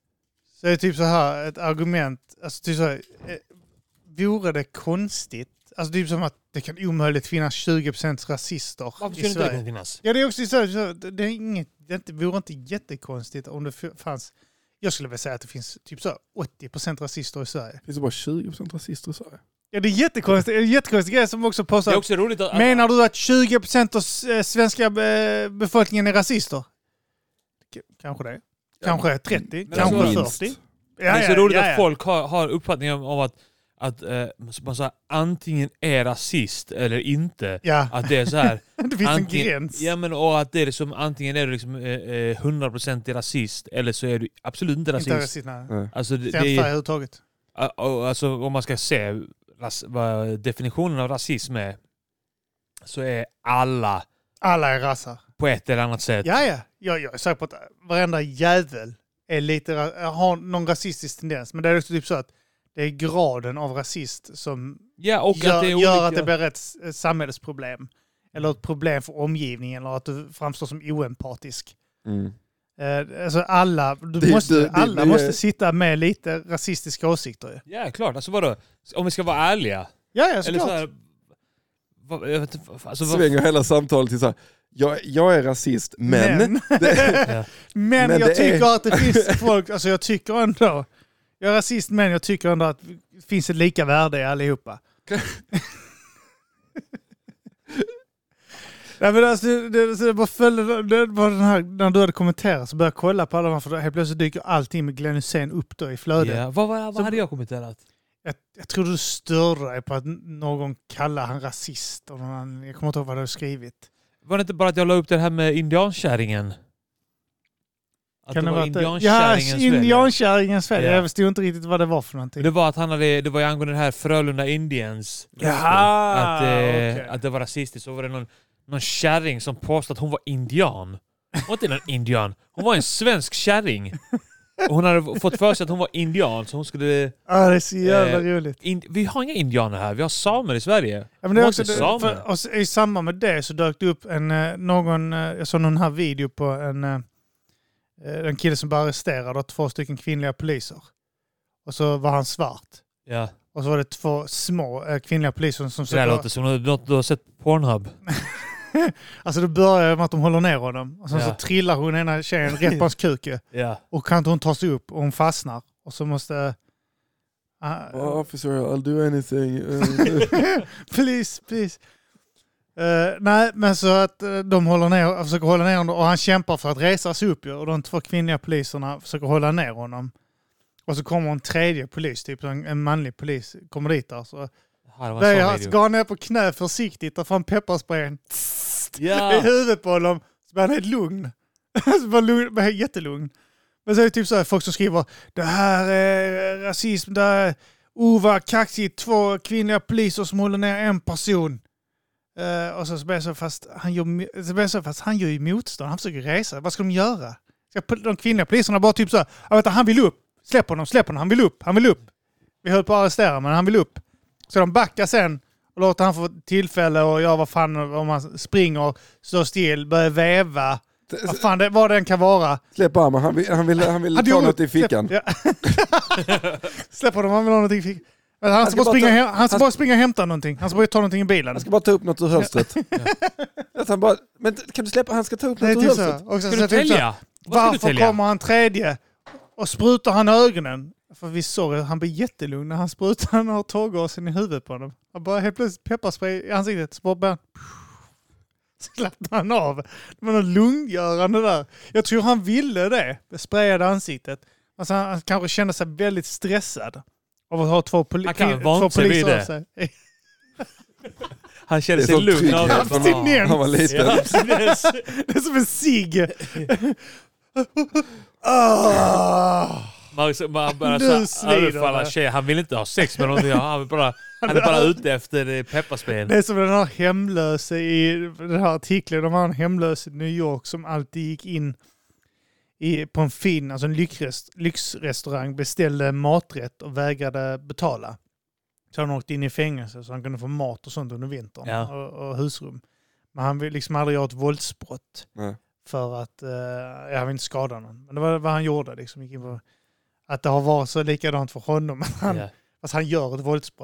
Så det är typ så här ett argument. Alltså typ så här, vore det konstigt alltså typ som att det kan omöjligt finnas tjugo procent rasister Varför i skulle inte det Sverige. kunna finnas? Ja, det är också så, så det är inget, det inte, vore inte jättekonstigt om det fanns, jag skulle väl säga att det finns typ så åttio procent rasister i Sverige. Finns det bara tjugo procent rasister i Sverige? Ja, det är jättekonstigt, det är en jättekonstig grej som också påstår. Det är också roligt att... Menar du att tjugo procent av svenska befolkningen är rasister? K- kanske det. Kanske trettio, Men kanske alltså, fyrtio. det är så Ja, roligt ja, ja. att folk har, har uppfattningen om att, att eh, man så här, antingen är rasist eller inte. Ja, Att det är så här... det finns antingen, en gräns. Ja, men och att det är liksom, antingen är du liksom eh, hundra procent rasist eller så är du absolut inte rasist. Inte rasist, nej. Nej. Alltså, det, Inte det är, överhuvudtaget. alltså, om man ska se ras, vad definitionen av rasism är, så är alla Alla är rassar. på ett eller annat sätt. Ja, ja. Jag, jag är säker på att varenda jävel är lite, ra- har någon rasistisk tendens. Men det är också typ så att det är graden av rasist som Ja, och gör, att det är gör olika... att det blir ett s- samhällsproblem. Eller ett problem för omgivningen. Eller att du framstår som oempatisk. Mm. Eh, alltså alla du Det- måste, det- det- alla det- måste sitta med lite rasistiska åsikter. ju. Ja, klart. Alltså vadå? Om vi ska vara ärliga. Ja, ja, Eller såklart. så här, vad, jag vet inte, alltså, vad, Svänger hela samtalet till så här, jag, jag är rasist, men... Men, Det, ja. men, Men jag det tycker är- att det finns folk, alltså jag tycker ändå, jag är rasist men jag tycker ändå att det finns ett lika värde i allihopa. Ja, men alltså, det, det, det bara följde, det var den här, när du hade kommenterat så började jag kolla på alla de här, för då helt plötsligt dyker allting med Glenn Hysén upp då i flödet. Ja, vad, vad, vad Så- hade jag kommenterat? Jag, jag tror du störde dig på att någon kallar han rasist. Och någon, jag kommer inte ihåg vad du har skrivit. Var det inte bara att jag la upp det här med indiankärringen? Att Kan det det var vara att det- indiankärringens Ja, välja. indiankärringens fel. Ja. Jag förstod inte riktigt vad det var för någonting. Det var att han hade, det var ju angående det här Frölunda Indians. Jaha, Att, eh, okej. att det var rasistiskt. Så var det någon, någon kärring som påstod att hon var indian. Hon var inte någon indian. Hon var en svensk kärring. Och hon hade fått för sig att hon var indian. Så hon skulle... Ja, det är så jävla Eh, roligt. In, vi har inga indianer här. Vi har samer i Sverige. Ja, men det är de också, var inte det, samer. för, och så, i samband med det så dök det upp en, eh, någon, eh, jag såg någon här video på en, eh, en kille som blev arresterad av två stycken kvinnliga poliser. Och så var han svart. Ja. Och så var det två små eh, kvinnliga poliser som Det där låter som något du har sett på Pornhub. Alltså det börjar med att de håller ner honom. Och sen Ja. så trillar hon ena tjejen rätt på hans kuk. ju. Ja. Och kan inte hon ta sig upp och hon fastnar. Och så måste... Uh, officer, I'll do anything. Uh, please, please. Uh, nej, men så att uh, de håller ner, försöker hålla ner honom och han kämpar för att resa sig upp. Ju, och de två kvinnliga poliserna försöker hålla ner honom. Och så kommer en tredje polis, typ en, en manlig polis, kommer dit där. Så Ja, det var en där sån han video. ska ner på knä försiktigt och fram pepparsprayen i Ja. huvudet på honom. Så blir han helt lugn. Så bara lugn, bara helt jättelugn. Men så är det typ så här, folk som skriver det här är rasism, det här är oh vad kaxigt, två kvinnliga poliser som håller ner en person. Uh, och så blir det så fast han gör, så blir det så fast han gör ju motstånd, han försöker resa. Vad ska de göra? Ska de kvinnliga poliserna bara typ så här, jag vet, han vill upp, släpp honom, släpp honom, han vill upp, han vill upp. Vi höll på att arrestera men han vill upp. Så de backar sen och låter han få tillfälle att göra vad fan, om han springer, står still, börjar väva. Vad fan det, vad den kan vara. Släpp armen, han vill, han vill, han vill Han ta gjorde- något i fickan. Släpp, ja. Släpp honom, han vill ha någonting i fickan. Han ska, Han ska bara, bara springa, ta- hem, han ska han- bara springa och hämta någonting. Han ska bara ta någonting i bilen. Han ska bara ta upp något ur hölstret. Att han bara, men kan du släppa, han ska ta upp Det är något ur typ så. hölstret. Och så- Ska så du typ så här, tälja? Vad ska du varför tälja? kommer han tredje och sprutar han i ögonen? För vi såg att han blir jättelugn när han sprutar han har tårgasen i huvudet på honom. Han bara helt plötsligt pepparspray i ansiktet. Så bara börjar slappnar han av. Det var något lugngörande där. Jag tror han ville det. Det sprayade ansiktet. Alltså han kanske kände sig väldigt stressad av att ha två, poli- Han kan två vant sig vid poliser det. av sig. Han kände Det är sig sån lugn trygghet av från det. Abstinens. Han var liten. Ja, abstinens. Det är som en cigg. Ah. Man, man bara Nu så svider överfalla det. tjejer. Han vill inte ha sex med någonting. Han, vill bara, han är bara ute efter pepparsprayen. Det är som den här hemlöse i den här artikeln. De har en hemlös i New York som alltid gick in i, på en fin, alltså en lyxrest, lyxrestaurang, beställde maträtt och vägrade betala. Så han åkte in i fängelse så han kunde få mat och sånt under vintern Ja. och, och husrum. Men han vill liksom aldrig göra ett våldsbrott Nej. för att eh, jag vill inte skada någon. Men det var vad han gjorde. Liksom, gick in på, att det har varit så likadant för honom. Att han, Ja. Fast han gör ett våldsbrott.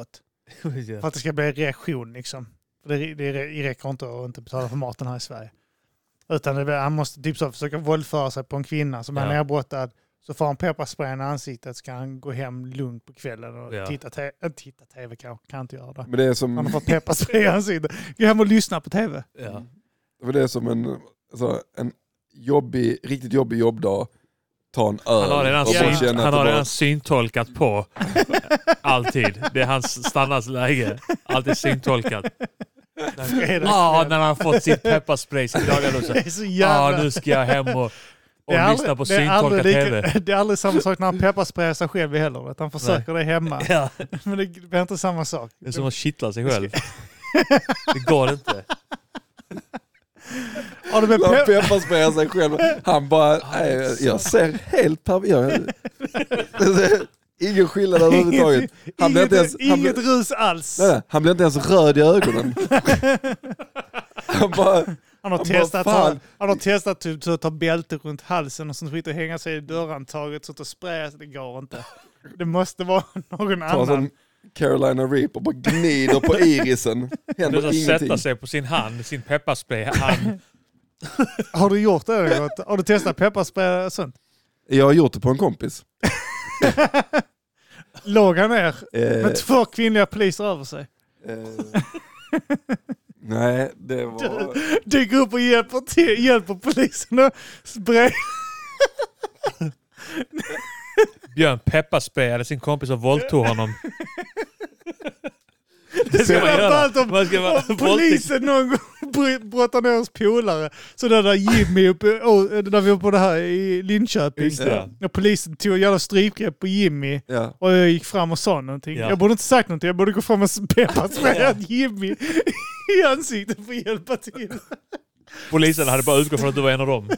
För att det ska bli en reaktion liksom. För det, det, det räcker inte att inte betala för maten här i Sverige. Utan det, han måste typ så försöka våldföra sig på en kvinna som ja. är nedbrottad. Så får han pepparspray i ansiktet, ska han gå hem lugnt på kvällen och ja. titta, te- äh, titta tv. Kan, kan inte göra det. Men det är som... Han har fått pepparspray i ansiktet. Gå hem och lyssna på tv. Ja. Det är som en, alltså, en jobbig, riktigt jobbig jobbdag. Ta en öl. Han har redan, ja. syn, han har redan syntolkat på. Alltid. Det är hans standardsläge. Alltid syntolkat. Ja, när han har fått sitt pepparspray sin dagar då så. Det är så jävla... Ja, nu ska jag hem och, och lyssna aldrig, på syntolkat tv. Det är aldrig samma sak när han pepparsprayar sig själv heller. Att han försöker Nej. det hemma. Ja. Men det blir inte samma sak. Det är som att kittla sig själv. Det går inte. Har du med pe- pepparsprayar sig själv. Han bara, nej, jag ser helt perfekt. Ingen skillnad överhuvudtaget. Han inget blir ens, inget han blir, rus alls. Nej, nej, han blir inte ens röd i ögonen. Han bara... Han har, han testat, bara, han, han har testat typ, att ta bälte runt halsen och sånt skit och hänga sig i dörrhandtaget så att spraya. Det går inte. Det måste vara någon annan. Som Carolina Reaper bara gnider på irisen. Händer ingenting. Sätta sig på sin hand, sin pepparspray. Han... Har du gjort det? Har du testat pepparspray och sånt? Jag har gjort det på en kompis. Låg han ner eh, med två kvinnliga poliser över sig? Eh, nej, det var... Dyker upp och hjälper, till, hjälper polisen att spraya. Björn pepparsprayade sin kompis och våldtog honom. Det ska man göra. Om, man ska vara om polisen någon gång brottar ner oss polare. Så där där Jimmy uppe, oh, där vi var på det här i Linköping. Ja. Och polisen tog jävla strypgrepp på Jimmy. Ja. Och jag gick fram och sa någonting. Ja. Jag borde inte sagt någonting. Jag borde gå fram och pepparspraya Jimmy i ansiktet för att hjälpa till. Polisen hade bara utgått från att du var en av dem.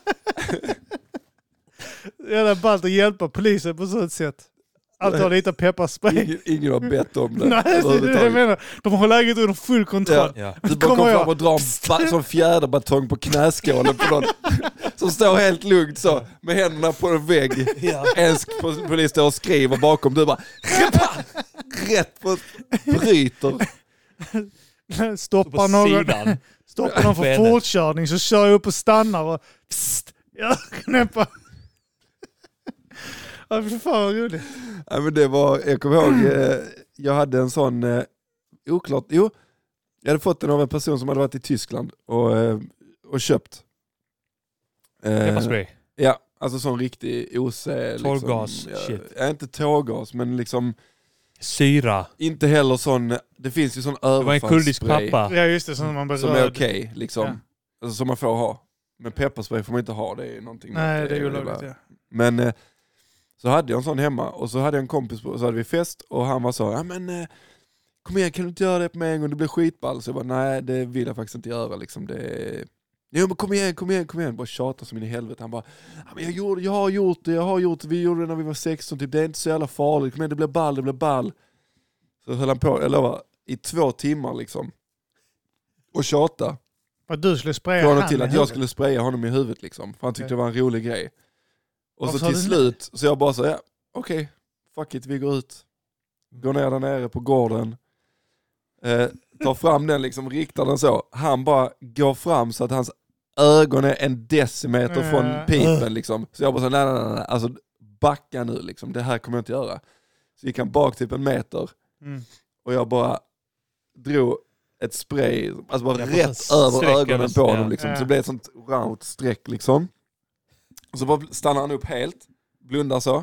Jag hade ballt att hjälpa polisen på sådant sätt. Allt har lite pepparspray. Ingen, ingen har bett om det. Nej, det är det jag menar. De har läget under full kontroll. Ja. Ja. Du bara kommer fram och drar en sån fjäderbatong på knäskålen på någon som står helt lugnt så med händerna på en vägg. Ja. En polis står och skriver bakom. Du bara rätt på bryter. Stoppar någon, stoppar någon för fortkörning så kör jag upp och stannar och pst, jag knäpper. Ja, för fan vad roligt. Ja, men det var, jag kommer ihåg, eh, jag hade en sån, eh, oklart, jo, jag hade fått den av en person som hade varit i Tyskland och, eh, och köpt. Pepparspray? Eh, ja, alltså sån riktig O C. Tårgas, liksom, shit. Ja, inte tårgas, men liksom... Syra. Inte heller sån, det finns ju sån överfallsspray. Det var en kurdisk pappa. Ja, just det, som man berörd. Som är okej, okay, liksom. Ja. Alltså, som man får ha. Men pepparspray får man inte ha, det är någonting. Nej, det är ju olagligt, ja. Men... Eh, så hade jag en sån hemma och så hade jag en kompis på, och så hade vi fest och han var så, ja men eh, kom igen, kan du inte göra det på en gång, det blir skitball. Så jag bara, nej det vill jag faktiskt inte göra liksom. Det... Ja, men kom igen, kom igen, kom igen. Bara tjata som in i helvete. Han bara, ja, men jag, gjorde, jag har gjort det, jag har gjort det, vi gjorde det när vi var sexton, typ. Det är inte så jävla farligt, kom igen, det blir ball, det blir ball. Så höll han på, jag lovar, i två timmar liksom. Och tjata. Vad du skulle spraya honom till att jag skulle spraya honom i huvudet liksom. För han tyckte okay. det var en rolig grej. Och så till slut, så jag bara så, ja, okej, okay, fuck it, vi går ut. Går ner där nere på gården. Eh, tar fram den liksom, riktar den så. Han bara går fram så att hans ögon är en decimeter äh. från pipen liksom. Så jag bara så, nej, nej, nej, nej. Alltså backa nu liksom, det här kommer jag inte göra. Så gick han bak typ en meter. Mm. Och jag bara drog ett spray, alltså bara jag rätt över ögonen på honom liksom. Ja. Så det blev ett sånt round streck liksom. Och så bara stannar han upp helt, blundar så.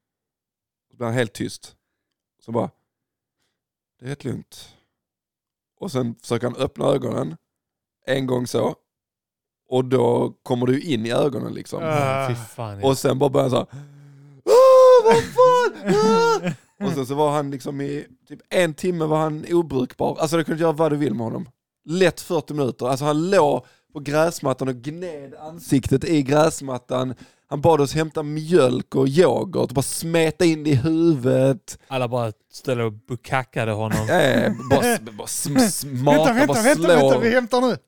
Så blir han helt tyst. Så bara, det är helt lugnt. Och sen försöker han öppna ögonen. En gång så. Och då kommer du in i ögonen liksom. Uh, fy fan, ja. Och sen bara börjar han så här, åh, vad fan! Ah! Och sen så var han liksom i typ en timme var han obrukbar. Alltså du kunde göra vad du vill med honom. Lätt fyrtio minuter. Alltså han låg på gräsmattan och gned ansiktet i gräsmattan. Han bad oss hämta mjölk och yoghurt och bara smeta in i huvudet. Alla bara ställde och bukackade honom. Nej, bara, bara smata, vänta, vänta, bara vänta, vänta, vi hämtar nu.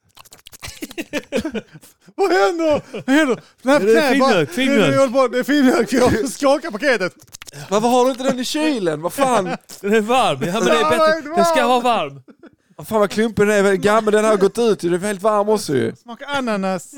Vad händer? Vad händer? Nej, det är finmjölk, finmjölk. Det är finmjölk, jag skakar paketet. Varför har du inte den i kylen? Vad fan? Den är varm. Ja, men det är bättre. Den ska vara varm. Vad fan vad klumpen den är. Gammal den har gått ut. Den är väldigt varm också ju. Smakar ananas.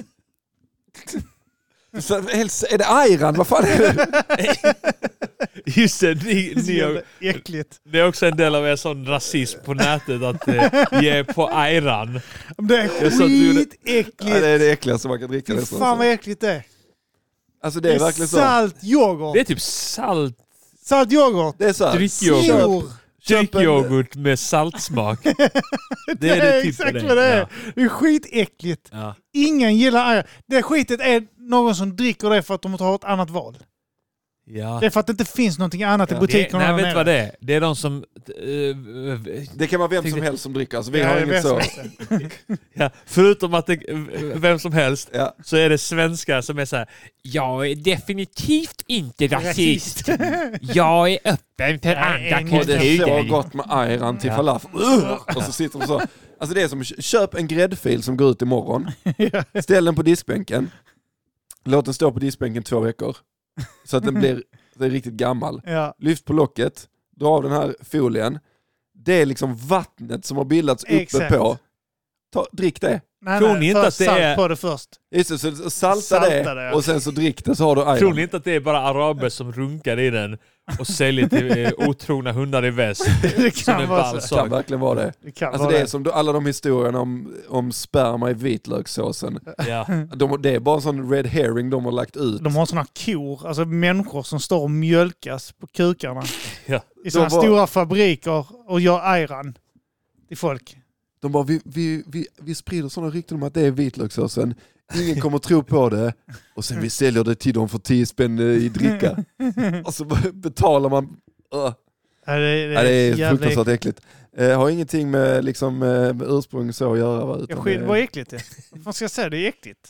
Så, är det ayran? Vad fan är det? Just det, ni, ni har, äckligt. det är också en del av er sån rasism på nätet att eh, ge på ayran. Det är skitäckligt. Ja, det är det äckligaste man kan dricka. Fy fan vad äckligt det är. Alltså det är, det är verkligen så. Salt yoghurt. Det är typ salt. Salt yoghurt. Det är så här. Dryckyoghurt. Dryckyoghurt med saltsmak. Det är det, det är typ exakt det. vad det är. Ja. Det är skitäckligt. Ja. Ingen gillar ayran. Det skitet är någon som dricker det för att de har ett annat val. Ja. Det är för att det inte finns någonting annat Ja. i butiken. Det, nej, vet du vad det är? Det är de som... Uh, det kan vara vem som helst som dricker. Alltså, vi har inget så. Ja, förutom att det, vem som helst, ja. så är det svenskar som är så här: jag är definitivt inte rasist. Jag är öppen för andra Och det är så kulturer. gott med ayran till Ja. falafel. Uh, och så sitter de så. Alltså det är som, köp en gräddfil som går ut imorgon. Ställ den på diskbänken. Låt den stå på diskbänken två veckor. Så att den blir, det är riktigt gammal. Ja. Lyft på locket. Dra av den här folien. Det är liksom vattnet som har bildats uppe Exakt. på. Ta, drick det. Nej, Tror nej, ni inte först att det salt är- på det först. Just det, så salta, Salta det, det, ja. och sen så drick det så har du ayran. Tror ni inte att det är bara araber som runkar i den och säljer till eh, otrogna hundar i väst? Det Som kan en vara ball så. Det kan sak. verkligen vara det. Det kan Alltså vara det är det. som alla de historierna om, om sperma i vitlökssåsen. Ja. De, det är bara en sån red herring de har lagt ut. De har såna kor, alltså människor som står och mjölkas på kukarna. Ja. I såna De var- stora fabriker och gör ayran till folk. De bara, vi, vi, vi, vi sprider sådana rykten om att det är vitlökssåsen. Ingen kommer tro på det. Och sen vi säljer det till dem för tio spänn i dricka. Och så betalar man. Uh. Ja, det, det, Ja, det är jävla fruktansvärt äckligt. Eh, har ingenting med, liksom, med med ursprung så att göra. Va? Ja, Utan skit, det- vad äckligt det är. Vad ska jag säga? Det är äckligt.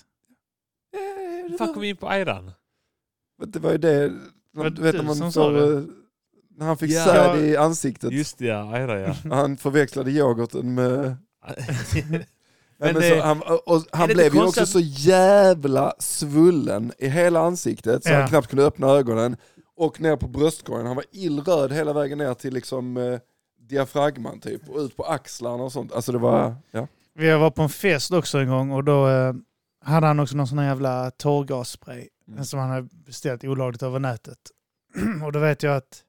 Eh, Hur fan kom vi in på ayran? Det var ju det. Var Du vet du när man som sa får, det? eh, när han fick Ja. säd i ansiktet. Just det, ja. Ayran, ja. Han förväxlade yoghurten med... Men, Nej, men eh, så, han och han är det blev inte ju konstigt också så jävla svullen i hela ansiktet så Ja. han knappt kunde öppna ögonen. Och ner på bröstkorgen. Han var illröd hela vägen ner till liksom eh, diafragman typ. Och ut på axlarna och sånt. Alltså det var... Ja. Vi var på en fest också en gång och då eh, hade han också någon sån här jävla tårgasspray Mm. som han hade beställt olagligt över nätet. Och då vet jag att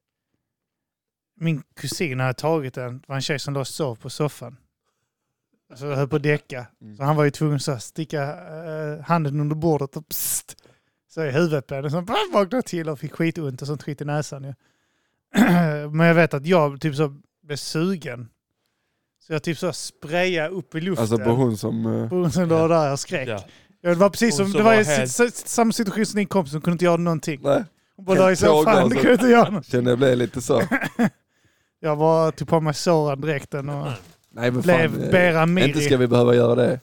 min kusin hade tagit den. Det var en tjej som låg och sov på soffan. Så jag höll på att däcka. Mm. Så han var ju tvungen att sticka eh, handen under bordet och psst, så i huvudet på henne. Så han vaknade till och fick skitont och sånt skit i näsan. Ja. Men jag vet att jag typ så blev sugen. Så jag typ så sprayade upp i luften. Alltså på hon som... Eh, På hon som låg där och skrek. ja. Ja, det var precis Hon som, som det var var ju helt- s- s- samma situation som din kompis som kunde inte göra någonting. nej, Hon bara låg i Tårgas soffan, det och- kunde inte göra något. kände jag blev lite så. Jag var typ på mig såren direkten och Nej men blev fan. eh, Bera inte ska Miri. vi behöva göra det.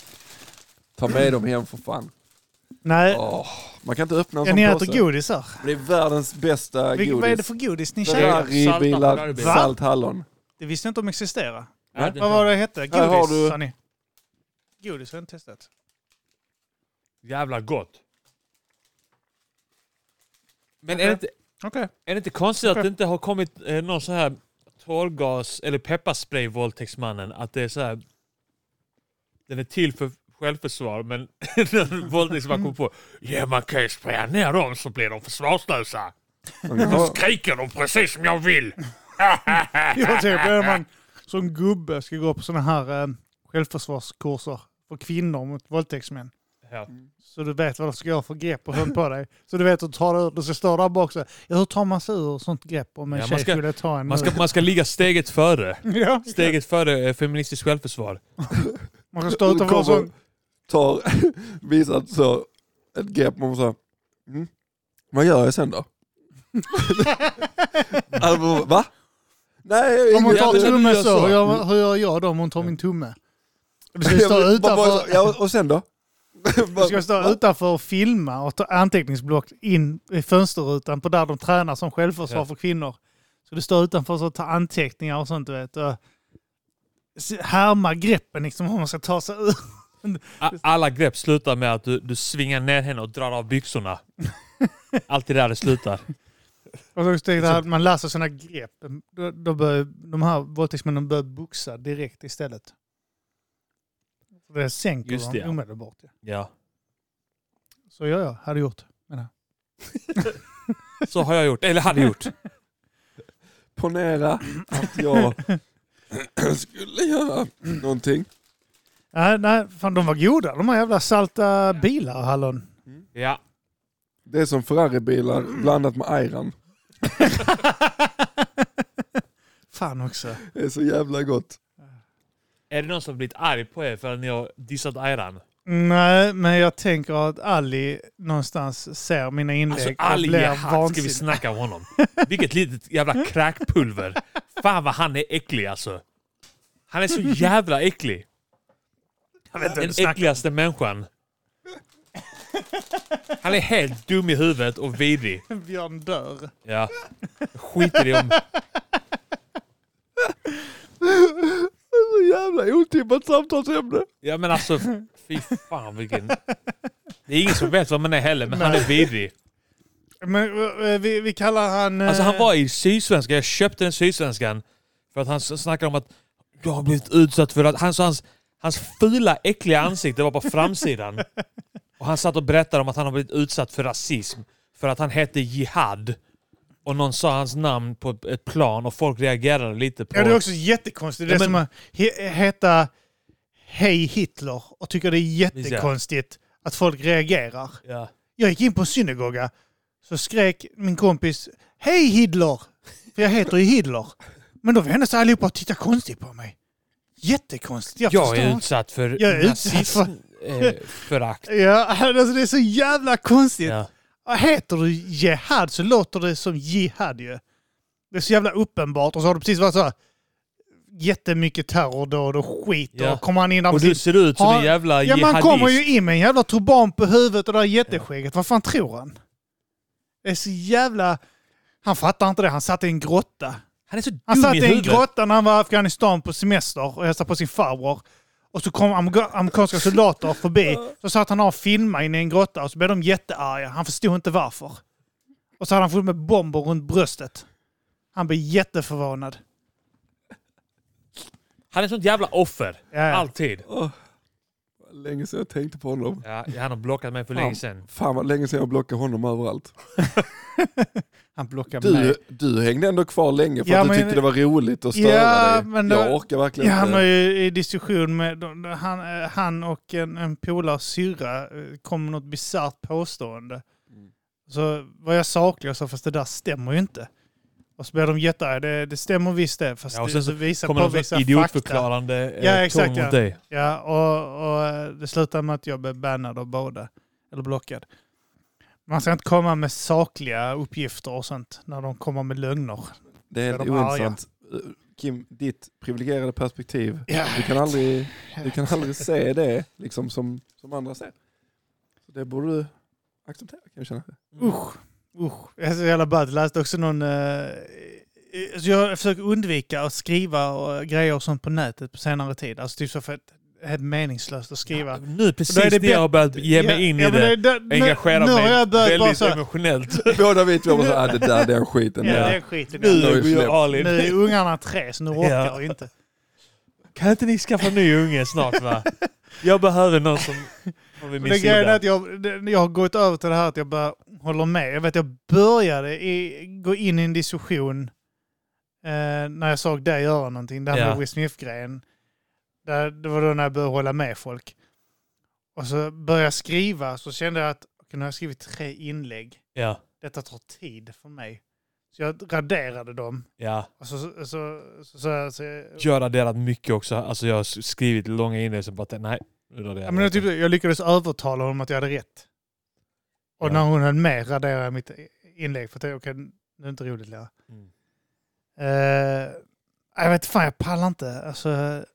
Ta med dem hem för fan. Nej, Åh, man kan inte öppna en ja, sån ni påse. äter godis här. Det är världens bästa Vilket, godis. vad är det för godis ni käkar? Ferrari, Salta bilar, Ferrari. salt, hallon. Det visste jag inte om existera. Ja, det- Vad var det det hette? Här har Godis, du- sa ni. Godis har jag inte testat. Jävla gott. Men är det inte, Okej. är det inte konstigt att Okej. det inte har kommit eh, någon så här tårgas eller pepparspray våldtäktsmannen? Att det är så här. Den är till för självförsvar, men den våldtäktsmannen kommer på, ja man kan ju spraya ner dem så blir de försvarslösa. Då Ja, skriker de precis som jag vill. Jag tänker på när man som gubbe ska gå på såna här eh, självförsvarskurser för kvinnor mot våldtäktsmän. Ja. Så du vet vad du ska göra för grepp och sånt på dig. Så du vet att ta det ur. Du ska stå där bak så. Ja, hur tar man sig ur sånt grepp om en Ja, man tjej ska- skulle ta en... Man, ska, man ska ligga steget före. ja, Steget före eh, feministiskt självförsvar. man ska stå utanför kommer- sån... tar, visar så ett grepp och så. Mm. Vad gör jag sen då? Alltså, va? Nej, Om hon inget- tar men tumme du gör så, så. hur gör, hur gör jag då om hon tar min tumme? Du ska Jag stå vill- bara- utanför, Ja, och sen då? du ska stå utanför och filma och ta anteckningsblock in i fönsterrutan på där de tränar som självförsvar Ja. för kvinnor. Så du står utanför och tar anteckningar och sånt, du vet. Och härma greppen liksom, hur man ska ta sig ur. A- Alla grepp slutar med att du, du svingar ner henne och drar av byxorna. Alltid där det slutar. Och så just det här, man läser sådana grepp. Då, då bör, de här våldtäktsmännen bör boxa direkt istället. För det sänker Just det, dem ja. omedelbart. Ja. Ja. Så ja, jag hade gjort. Men, Så har jag gjort. Eller hade gjort. Ponera att jag skulle göra någonting. nej, nej, fan de var goda. De här jävla salta bilar, hallon. Ja. Det är som Ferrari-bilar blandat med ayran. Fan också. Det är så jävla gott. Är det någon som har blivit arg på er för att ni har dissat ayran? Nej, men jag tänker att Ali någonstans ser mina inlägg Alltså och Ali blir Jihad, ska vi vansinnig. snacka om honom? Vilket litet jävla kräkpulver. Fan vad han är äcklig alltså. Han är så jävla äcklig. Jag vet inte vad Den du snackar om. äckligaste människan. Han är helt dum i huvudet och vidrig. Björn dör. Ja. Skiter i om... Så jävla otippat samtalsämne. Ja men alltså, fy fan vilken... Det är ingen som vet vad man är heller, men han är vidrig. Men uh, vi, vi kallar han... Uh... Alltså han var i Sydsvenskan, jag köpte den Sydsvenskan för att han snackade om att jag har blivit utsatt för att... Han sa hans, hans fula, äckliga ansikte var på framsidan. Och han satt och berättade om att han har blivit utsatt för rasism. För att han hette Jihad. Och någon sa hans namn på ett plan och folk reagerade lite på... Ja, det är också jättekonstigt. Det är Ja, men- som att he- heta Hej Hitler och tycker det är jättekonstigt att folk reagerar. Ja. Jag gick in på en synagoga så skrek min kompis Hej Hitler! För jag heter ju Hitler. Men då vände sig allihopa och tittade konstigt på mig. Jättekonstigt. Jag, Jag förstår är inte. utsatt för Jag är utsatt nazism, för- eh, förakt. Ja, alltså det är så jävla konstigt. Ja. Heter du Jihad så låter det som Jihad ju. Det är så jävla uppenbart. Och så har det precis varit så här jättemycket terrordåd och skit. Ja. Och kommer han in där Och med du sin... ser ut som Ha- en jävla Ja, jihadist. man kommer ju in med en jävla turban på huvudet och det där jätteskägget. Vad fan tror han? Det är så jävla... Han fattar inte det. Han satt i en grotta. Han är så Han dum satt i i en huvudet. grotta när han var i Afghanistan på semester och hälsade på sin farbror. Och så kom amerika- amerikanska soldater förbi. Så satt han och filmade in i en grotta och så blev de jättearga. Han förstod inte varför. Och så hade han fullt med bomber runt bröstet. Han blev jätteförvånad. Han är sånt jävla offer. Ja, ja. Alltid. Oh, länge sedan jag tänkte på honom. Ja, han har blockat mig för Fan. länge sedan. Fan vad länge sedan jag blockade honom överallt. Han blockade mig. Du, du hängde ändå kvar länge för Ja, att du men- tyckte det var roligt att störa Ja, dig. men jag då- orkar verkligen Ja, han var inte. ju i diskussion med han, han och en, en polars syrra eh, kom med något bisarrt påstående. Mm. Så var jag saklig och sa fast det där stämmer ju inte. Och så blev de jättearga. Det, det stämmer visst det. Fast Ja, och det, sen så så visar Kommer på någon vissa sån fakta. idiotförklarande eh, Ja, exakt, ton ja. mot dig. Ja, och, och eh, det slutade med att jag blev bannad av båda. Eller blockad. Man ska inte komma med sakliga uppgifter och sånt när de kommer med lögner. Det är Är de ointressant. Kim, ditt privilegierade perspektiv. Ja. Du kan aldrig, du kan aldrig se det liksom som, som andra ser. Så det borde du acceptera, kan jag känna. Usch, usch. Jag är så jävla bad. Jag läste också någon... Uh, så jag försöker undvika att skriva och grejer och sånt på nätet på senare tid. Alltså typ så för att det är meningslöst att skriva. Ja, nu precis Då är det det jag har börjat ge mig Ja, in ja, i men det. det, det Engagera nu, nu har mig jag börjat bara väldigt så här, emotionellt. Båda vi två var så ah, det där det är skiten. ja, Ja. det är skiten. Nu har Nu, vi är vi släppt. all in. nu är ungarna tre så nu orkar Ja. jag inte. Kan inte ni skaffa en ny unge snart va? Jag behöver någon som har vid min Det grejen är sida. att jag, det- jag har gått över till det här att jag bara håller med. Jag vet jag började i, gå in i en diskussion eh, när jag såg dig göra någonting. Det här Ja. med Will Smith-grejen. Där, det var då när jag började hålla med folk. Och så började jag skriva så kände jag att okay, nu har jag skrivit tre inlägg. Ja, Detta tar tid för mig. Så jag raderade dem. ja. Och så, så, så, så, så, så Jag har raderat mycket också. Alltså jag har skrivit långa inlägg som bara nej. Nu raderar ja, jag men jag, det. typ, jag lyckades övertala honom att jag hade rätt. Och Ja. när hon höll med raderade jag mitt inlägg för att det, okay, det är inte roligt längre. Mm. Uh, jag vet fan, jag pallar inte. Alltså,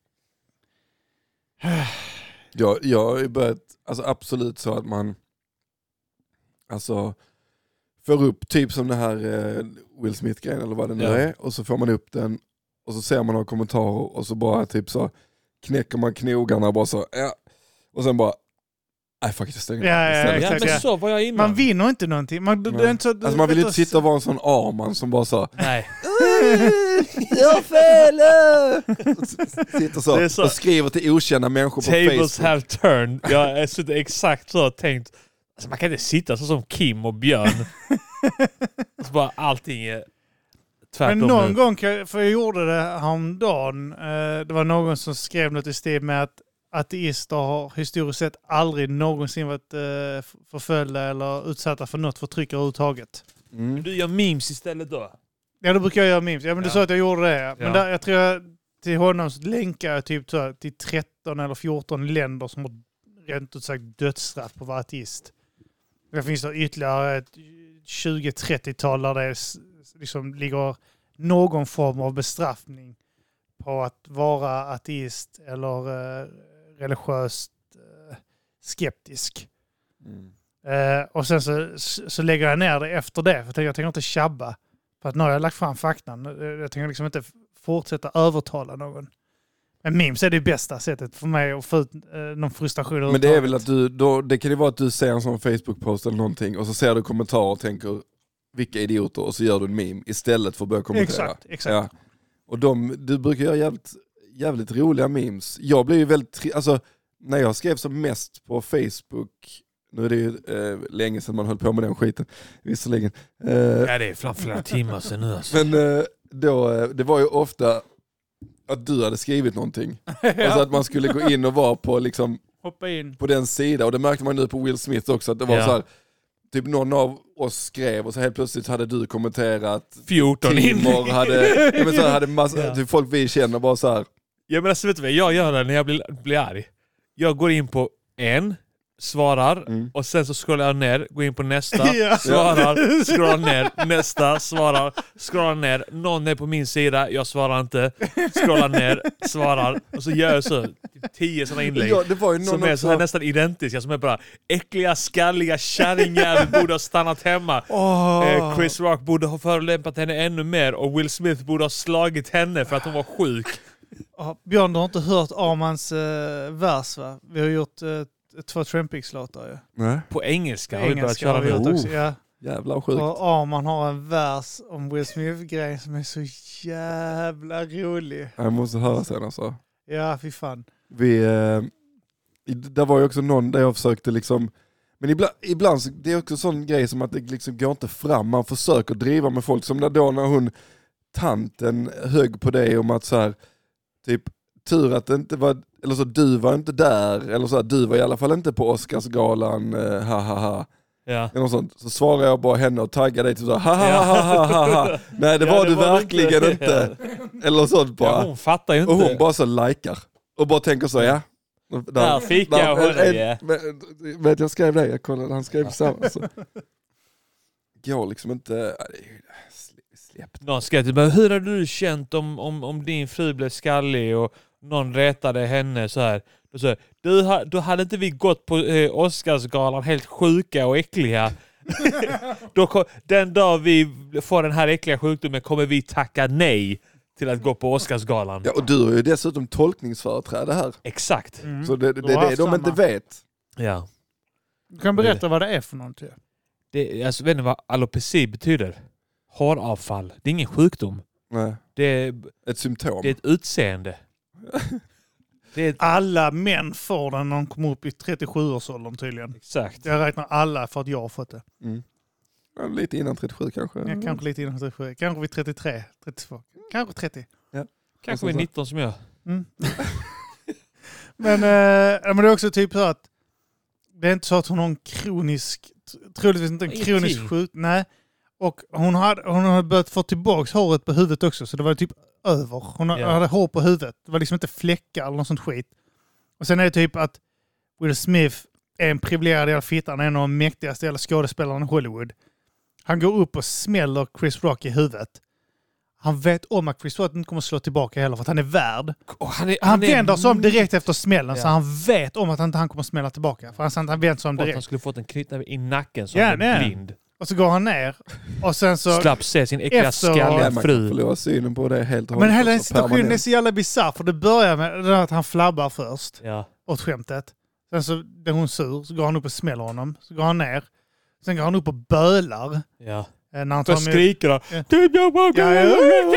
Jag, jag har ju börjat, alltså absolut så att man alltså får upp typ som det här eh, Will Smith-grejen eller vad det nu Ja. är. Och så får man upp den och så ser man några kommentarer och så bara typ så knäcker man knogarna och bara så, ja. Och sen bara, Nej, faktiskt stänger Ja, ja, istället. Ja, exakt, men ja. så var jag innan. Man vinner inte någonting. Man, det är inte så, Alltså man vill ju inte sitta och vara en sån arman som bara så Nej. gör fel! Sitter så, Det är så. och skriver till okända människor på Tables Facebook. have turned. Jag är så exakt så tänkt. Alltså man kan inte sitta så som Kim och Björn. Så bara allting är tvärtom. Men någon nu. gång, för jag gjorde det häromdagen, eh, det var någon som skrev något i stil med att ateister har historiskt sett aldrig någonsin varit eh, förföljda eller utsatta för något förtryck överhuvudtaget. Mm. Du gör memes istället då? Ja, då brukar jag göra memes. Ja, men du Ja. sa att jag gjorde det. Men Ja. där, jag tror jag till honom länkar jag typ så, till tretton eller fjorton länder som har rent ut sagt dödsstraff på varje ateist. Det finns då ytterligare ett tjugo trettio-tal där det s- liksom ligger någon form av bestraffning på att vara ateist eller eh, religiöst eh, skeptisk. Mm. Eh, och sen så, så lägger jag ner det efter det. För jag tänker, jag tänker inte tjabba. För att nu har jag lagt fram faktan. Jag tänker liksom inte fortsätta övertala någon. Men memes är det bästa sättet för mig att få ut eh, någon frustration. Men det är väl att du, då, det kan ju vara att du ser en sån Facebook-post eller någonting och så ser du kommentarer och tänker vilka idioter och så gör du en meme istället för att börja kommentera. Exakt, exakt. Ja. Och de, du brukar göra jävligt, jävligt roliga memes. Jag blir ju väldigt, tri- alltså när jag skrev som mest på Facebook, nu är det ju eh, länge sedan man höll på med den skiten, visserligen. Eh, Ja, det är fram flera timmar sedan nu alltså. men eh, då, eh, det var ju ofta att du hade skrivit någonting. Alltså att man skulle gå in och vara på liksom Hoppa in. på den sidan, och det märkte man nu på Will Smith också, att det var Ja. så här, typ någon av oss skrev och så helt plötsligt hade du kommenterat, fjorton in. Timor hade, ja, men så här, hade massa, Ja. typ folk vi känner bara så här. Ja, men alltså, vet du vad jag gör när jag blir, blir arg? Jag går in på en, svarar, Mm. och sen så scrollar jag ner, går in på nästa, Ja. svarar, scrollar ner, nästa, svarar, scrollar ner, någon är på min sida, jag svarar inte, scrollar ner, svarar, och så gör jag så typ tio sådana inlägg. Ja, det var ju någon Som är så här också, nästan identiska, som är bara äckliga, skalliga kärringjävel borde ha stannat hemma. Åh. Eh, Chris Rock borde ha förolämpat henne ännu mer och Will Smith borde ha slagit henne för att hon var sjuk. Ja, Björn, du har inte hört Armans eh, vers, va? Vi har gjort eh, två Trampix-låtar ju. nej, På engelska har vi börjat Engelska har köra vi gjort nu. också, ja. jävla sjukt. Och Arman har en vers om Will Smith-grejen som är så jävla rolig. Jag måste höra sen alltså. Ja, fy fan. Vi, eh, i- där var ju också någon där jag försökte liksom, men ibland, ibland så, det är också sån grej som att det liksom går inte fram, man försöker driva med folk, som där då när hon, tanten högg på dig om att så här, typ, tur att det inte var, eller så du var inte där, eller så här, du var i alla fall inte på Oscarsgalan, eh, ha ha ha. Ja. Eller något sånt. Så svarar jag bara henne och taggar dig till så här, ha ha ha ha ha ha. Nej, det Ja, var det du var det verkligen inte. inte. Eller sånt bara. Ja, hon fattar ju inte. Och hon bara så likar. Och bara tänker så, ja. Där fick jag där- honom, en- ja. men- Vet jag skrev det, jag kollade, han skrev samma. Så. Går liksom inte, ja, det är ju släppt. Någon skrev typ, hur hade du känt om, om, om din fru blev skallig och någon retade henne så här. Då, så, du, ha- då hade inte vi gått på eh, Oscarsgalan helt sjuka och äckliga. Då kom, den dag vi får den här äckliga sjukdomen kommer vi tacka nej till att gå på Oscarsgalan. Ja, och du har ju dessutom tolkningsföreträde här. Exakt. Mm. Så det, det, Du det har är det haft de samma. inte vet. Ja. Du kan berätta vad det är för någonting. Det, alltså, vet ni vad alopeci betyder? Håravfall. Det är ingen sjukdom. Nej. Det är, Ett symptom. det är ett utseende. Det är ett, Alla män får den när de kommer upp i trettiosju-årsåldern tydligen. exakt. Jag räknar alla för att jag har fått det. Mm. Ja, lite innan trettiosju kanske. Jag kanske lite innan trettiosju. Kanske vid trettiotre, trettiotvå. Kanske trettio. Kanske vid nitton som jag. Mm. men, eh, ja, men det är också typ så att det är inte så att hon har en kronisk, troligtvis inte en Ingenting. kronisk sjukdom. Nej. Och hon hade, hon hade börjat få tillbaka håret på huvudet också, så det var typ över. Hon Ja. hade hår på huvudet. Det var liksom inte fläckar eller något sånt skit. Och sen är det typ att Will Smith är en privilegierad jävla fitta. Han är en av de mäktigaste jävla skådespelarna i Hollywood. Han går upp och smäller Chris Rock i huvudet. Han vet om att Chris Rock inte kommer slå tillbaka heller för att han är värd. Och han är, Han, är- vänder sig om direkt efter smällen, Ja. så han vet om att han inte kommer smälla tillbaka. För han, han vänder sig om Och att han direkt. skulle fått en knytnäve i nacken som Ja, en nej. blind. Och så går han ner. Och sen så... Slapp se sin äckliga efter- Ja, skalliga man kan fru. förlora synen på det helt och Men hållet hela den också, situationen är permanent. så jävla bisarr. För det börjar med att han flabbar först Ja. åt skämtet. Sen så är hon sur, så går han upp och smäller honom. Så går han ner. Sen går han upp och bölar. Ja. När han För tar med... skriker då. Ja. Typ jag bara... Ja, ja, ja.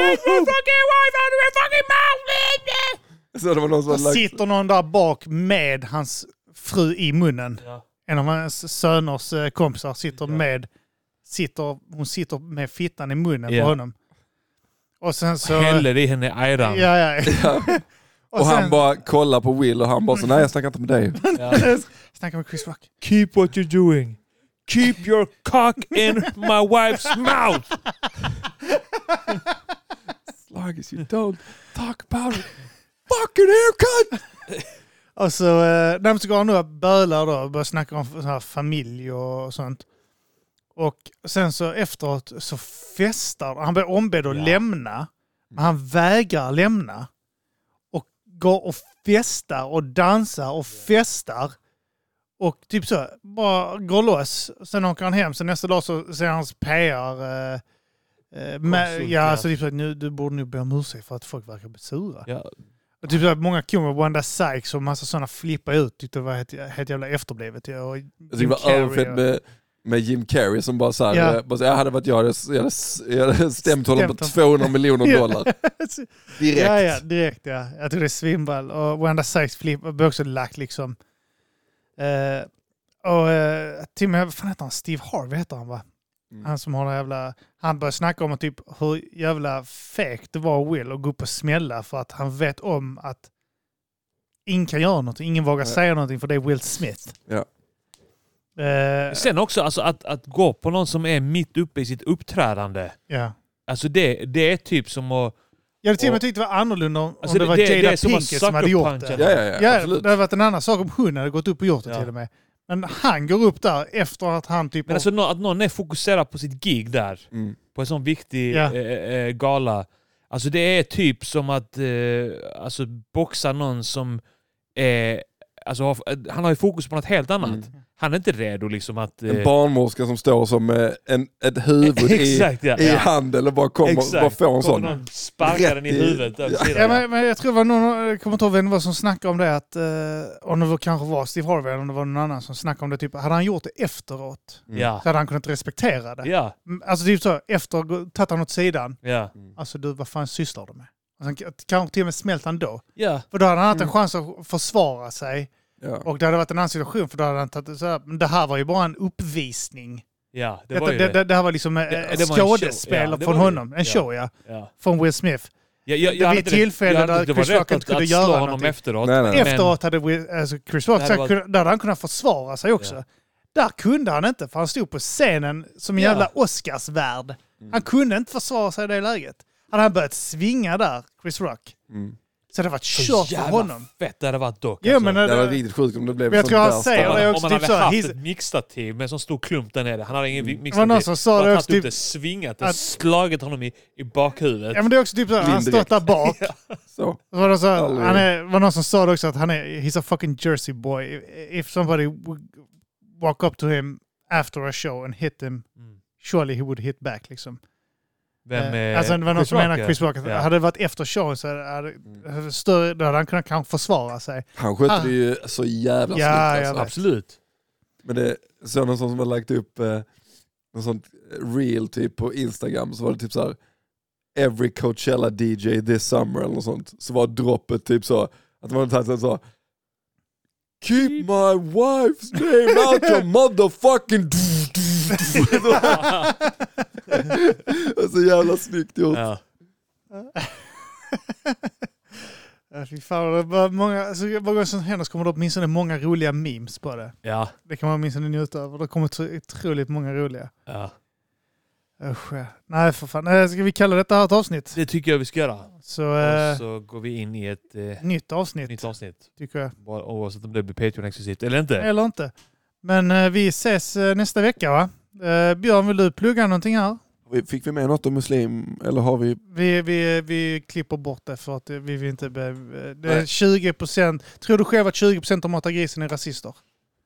Så det var någon som Det hade lagt... sitter någon där bak med hans fru i munnen. Ja. En av hans söners eh, kompisar sitter Ja. med... Sitter, hon sitter med fittan i munnen Ja. på honom. Och sen så... Häller i henne i ajran. Ja, ja. Ja. Och, Och sen, han bara kollar på Will och han bara så nej jag snackar inte med dig. Ja. snackar med Chris Rock. Keep what you're doing. Keep your cock in my wife's mouth. As long as you don't talk about it. Fucking haircut! Och så, eh, när så går han nu och bölar då och börjar snacka om så här familj och sånt. Och sen så efteråt så festar han, blir ombedd att Ja. lämna. Men han vägrar lämna. Och går och festar och dansar och festar. Och typ så, bara går loss. Sen åker han hem, så nästa dag så ser hans P R... Eh, eh, med, Konsult, ja, ja. så typ så, nu, du borde nu be om ursäkt för att folk verkar bli sura. Ja. Och typ så här, många kommer, Wanda Sykes och massa sådana flippar ut. Tyckte det var helt, helt jävla efterblivet. Ja, och Jag tycker det var överfett med, med Jim Carrey som bara såhär, Ja. ja. bara så, jag hade varit jag, hade, jag, hade, jag hade stämt honom på Stämt honom. tvåhundra miljoner dollar. Direkt. Ja, ja, direkt ja. Jag tror det är svimball. Och Wanda Sykes flipp blev också lagt liksom. Eh, och eh, till och med, vad fan heter han? Steve Harvey heter han va? Mm. Han som har det jävla... Han börjar snacka om typ hur jävla fegt det var Will att gå upp och smälla för att han vet om att ingen kan göra någonting. Ingen vågar Ja. säga någonting för det är Will Smith. Ja. Eh, Sen också alltså, att, att gå på någon som är mitt uppe i sitt uppträdande. ja. Alltså det, det är typ som att... Jag hade till och med Och- tyckt det var annorlunda om, Alltså om det det- var det- det Jada är som att Pinkett som hade gjort sucker det. puncha. Ja, ja, ja, Ja, absolut. det hade varit en annan sak om hon hade gått upp och gjort det Ja. till och med. Men han går upp där efter att han typ... Men alltså nå- att någon är fokuserad på sitt gig där. Mm. På en sån viktig Ja. eh, eh, gala. Alltså det är typ som att eh, alltså boxa någon som är... Alltså, har- han har ju fokus på något helt annat. Mm. Han är inte redo liksom att... eh, En barnmorska som står som eh, en, ett huvud i, Exakt, ja. i Ja. handen och bara kommer Exakt. bara får en Kommer sån. någon sparkar den i Rätt i- huvudet. över Ja. sidan. Ja, men, men jag tror det var någon, jag kommer inte ihåg vem det var som snackade om det, att eh, om det var, kanske var Steve Harvey eller om det var någon annan som snackade om det, typ, hade han gjort det efteråt Mm. Ja. så hade han kunnat respektera det. Ja. Mm, Alltså typ så, efter att gå- tagit han åt sidan, Ja. alltså du, vad fan sysslar du med? Alltså, han- kanske till och med smält han då. Ja. För då hade han haft en Mm. chans att försvara sig. Ja. Och det hade varit en annan situation, för då hade han tagit så här, men det här var ju bara en uppvisning. Ja. Det Det, var ju det, det. det, det här var liksom Det- ett det var en show. skådespel Ja, det från var det. honom. En Ja. show, ja. Ja. Från Will Smith. Jag, jag, Det jag hade vid inte- tillfälle jag hade där inte- det var Chris Rock rätt inte att, kunde att göra slå honom någonting. efteråt. Nej, nej. Men- Efteråt hade Will, alltså Chris Rock Det hade sagt, varit- där hade han kunnat försvara sig också. Ja. Där kunde han inte, för han stod på scenen som en Ja. jävla Oscarsvärd. Han kunde inte försvara sig i det läget. Hade han börjat svinga där, Chris Rock, Mm. så hade det varit Så kört för jävla honom. fett det hade varit dock. Ja, alltså. men, Det var det, riktigt sjukt om det blev Men jag sånt tror han där säger starkt. det om också, man typ hade så här, haft his- ett mixtativ med en sån stor klump där nere. Han hade ingen Mm. mixtativ. Det var någon som sa Bara det tagit också, upp typ- det, svingat det, att- slagit honom i, i bakhuvudet. ja, men det är också typ så här, han Lindrigt. stått där bak. Så. Så var det så här, Aldrig. han är, var någon som sa det också, att han är, he's a fucking Jersey boy. If somebody would walk up to him after a show and hit him, Mm. surely he would hit back liksom. Vem Eh, är alltså det var någon Chris som Rock, menade ja. Chris Rock. Ja. Hade det varit efter show så hade, Mm. större, då hade han kunnat kanske försvara sig. Han skötte Ah. det ju så jävla Ja, snyggt. jag Alltså. vet. Absolut. Men det så någon som har lagt upp eh, någon sånt reel typ på Instagram, så var det typ så här: every Coachella D J this summer eller något sånt. Så var droppet typ så att man hade tagit så: keep my wife's name out your motherfucking så jävla snyggt gjort. Ja. Ja, fy fan, det var många, alltså, varje gång som händer så kommer det åtminstone många roliga memes på det. Ja. Det kan man åtminstone njuta av. Det kommer tro- otroligt många roliga. Ja. Usch, ja. Nej, för fan. Eh, Ska vi kalla detta här ett avsnitt? Det tycker jag vi ska göra. Så, eh, Och så går vi in i ett eh, nytt avsnitt, nytt avsnitt. tycker jag. Bara- Oavsett om det blir Patreon-exklusivt eller inte. Eller inte. Men eh, vi ses eh, nästa vecka, va? Eh, Björn, vill du plugga någonting här? Fick vi med något om muslim, eller har vi... Vi, vi, vi klipper bort det för att vi vill inte... Be, det är Nej. tjugo procent. Tror du själv att tjugo procent av Matagrisen är rasister?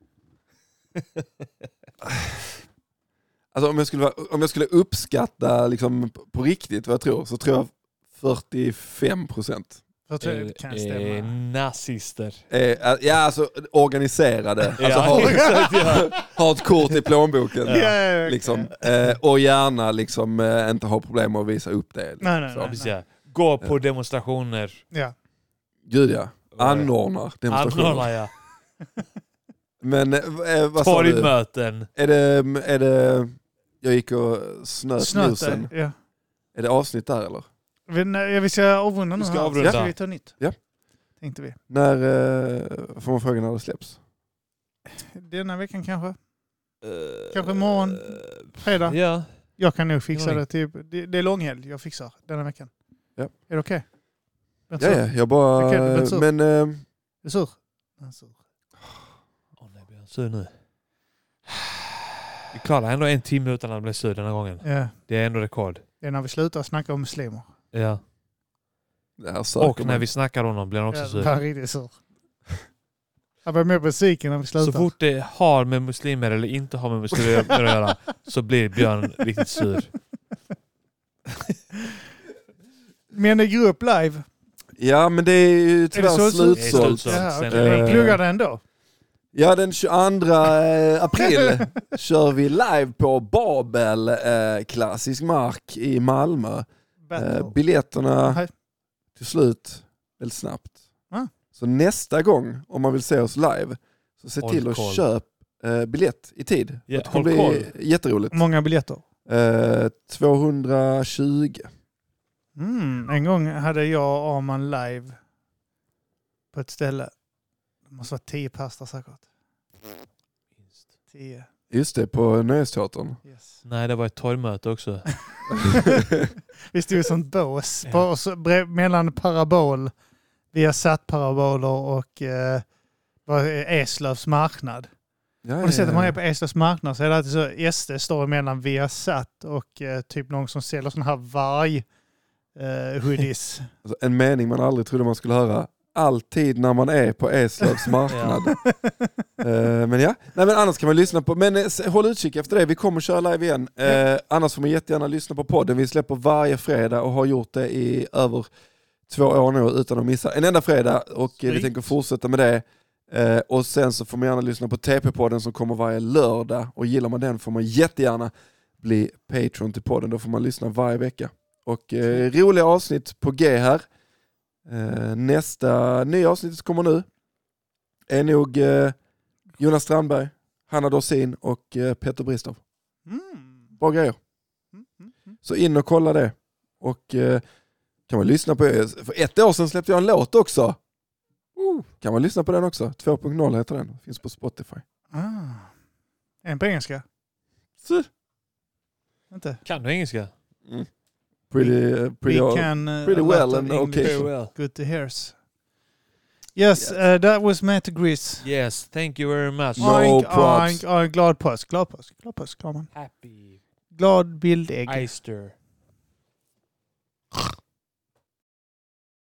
Alltså om jag skulle, vara, om jag skulle uppskatta liksom på riktigt vad jag tror, så tror jag fyrtiofem procent. För att det kan stämma. Eh, nazister. Eh, ja, alltså organiserade. Alltså Ja, har, exakt, ja. har ett kort i plånboken. Ja, ja, ja. Liksom. Eh, och gärna liksom, eh, inte ha problem med att visa upp det. Liksom. Nej, nej, Så. nej. Precis, ja. Gå på demonstrationer. Ja. Gud ja. Anordnar demonstrationer. Anordnar, ja. Men eh, vad sa du? Torgmöten. Är det, är det... Jag gick och snöt Snöt nosen. det, ja. Är det avsnitt där eller? Vi, nej, vi ska avrunda nu. Vi ska här. avrunda. Så vi tar nytt. Ja. Tänkte vi. När eh, får man fråga när det släpps? Denna veckan kanske. Uh, Kanske imorgon. Fredag. Ja. Jag kan nog fixa Ja. det. Typ. Det, det är långhelg jag fixar denna veckan. Ja. Är det okej? Okay? Ja, ja, jag bara... Okej, men så. men... Eh, Är du sur? Jag är sur. Åh nej, blir jag sur nu? Vi klarar ändå en timme utan att bli sur den här gången. Ja. Det är ändå rekord. Det är när vi slutar snacka om muslimer. Ja. det här söker Och när man. vi snackar om dem blir han också Jag sur. var riktigt sur. Jag var mer besviken när vi slutar. Så fort det har med muslimer eller inte har med muslimer att göra så blir Björn riktigt sur. Men i grupp live. Ja, men det är ju tyvärr så- slutsålt. Det är slutsålt. Ja, Sen okej. är det- Men pluggar det ändå. Ja, den tjugoandra april kör vi live på Babel, eh, klassisk mark i Malmö. Eh, biljetterna Nej. till slut väldigt snabbt. Ah. Så nästa gång, om man vill se oss live, så se Håll till att koll. köpa eh, biljett i tid. Ja, Det kommer håll bli jätteroligt. Många biljetter. Eh, tvåhundratjugo. Mm, en gång hade jag och Arman live på ett ställe. Det måste vara tio pers där säkert. Tio. Just det, på Nöjesteatern. Yes. Nej, det var ett torgmöte också. Vi stod i sånt bås Ja. på, så, bre- mellan parabol. Vi har satt paraboler och eh, vad är Eslövs marknad. Ja, Och du ser att man är ja. på Eslövs marknad så är det alltid så S D står emellan vi har satt och eh, typ någon som säljer sån här varg eh, hoodies. Alltså, en mening man aldrig trodde man skulle höra. Alltid när man är på Eslövs marknad. Eh, men ja, nej, men annars kan man lyssna på, men eh, håll utkik efter det, vi kommer köra live igen. Eh, annars får man jättegärna lyssna på podden, vi släpper varje fredag och har gjort det i över två år nu utan att missa en enda fredag och eh, vi Sweet. tänker fortsätta med det. Eh, och sen så får man gärna lyssna på T P-podden som kommer varje lördag och gillar man den får man jättegärna bli Patreon till podden, då får man lyssna varje vecka. Och eh, roliga avsnitt på G här. Eh, nästa nya avsnitt som kommer nu är nog eh, Jonas Strandberg, Hanna Dorsin och eh, Petter Bristov. Mm. Bra grejer. Mm, mm, mm. Så in och kolla det. Och eh, kan man lyssna på, för ett år sedan släppte jag en låt också. Uh, kan man lyssna på den också? två punkt noll heter den. Finns på Spotify. Ah. En på engelska? Så. Inte? Kan du engelska? Mm. Pretty, uh, pretty, We can uh, pretty a well lot of and English. okay. Very well. Good to hear. Yes, Yes. Uh, that was Matt Gris. Yes, thank you very much. No Oink, props. oink, oink, glad påsk, glad påsk, glad påsk, glad man. Happy Glad bildägg. Easter.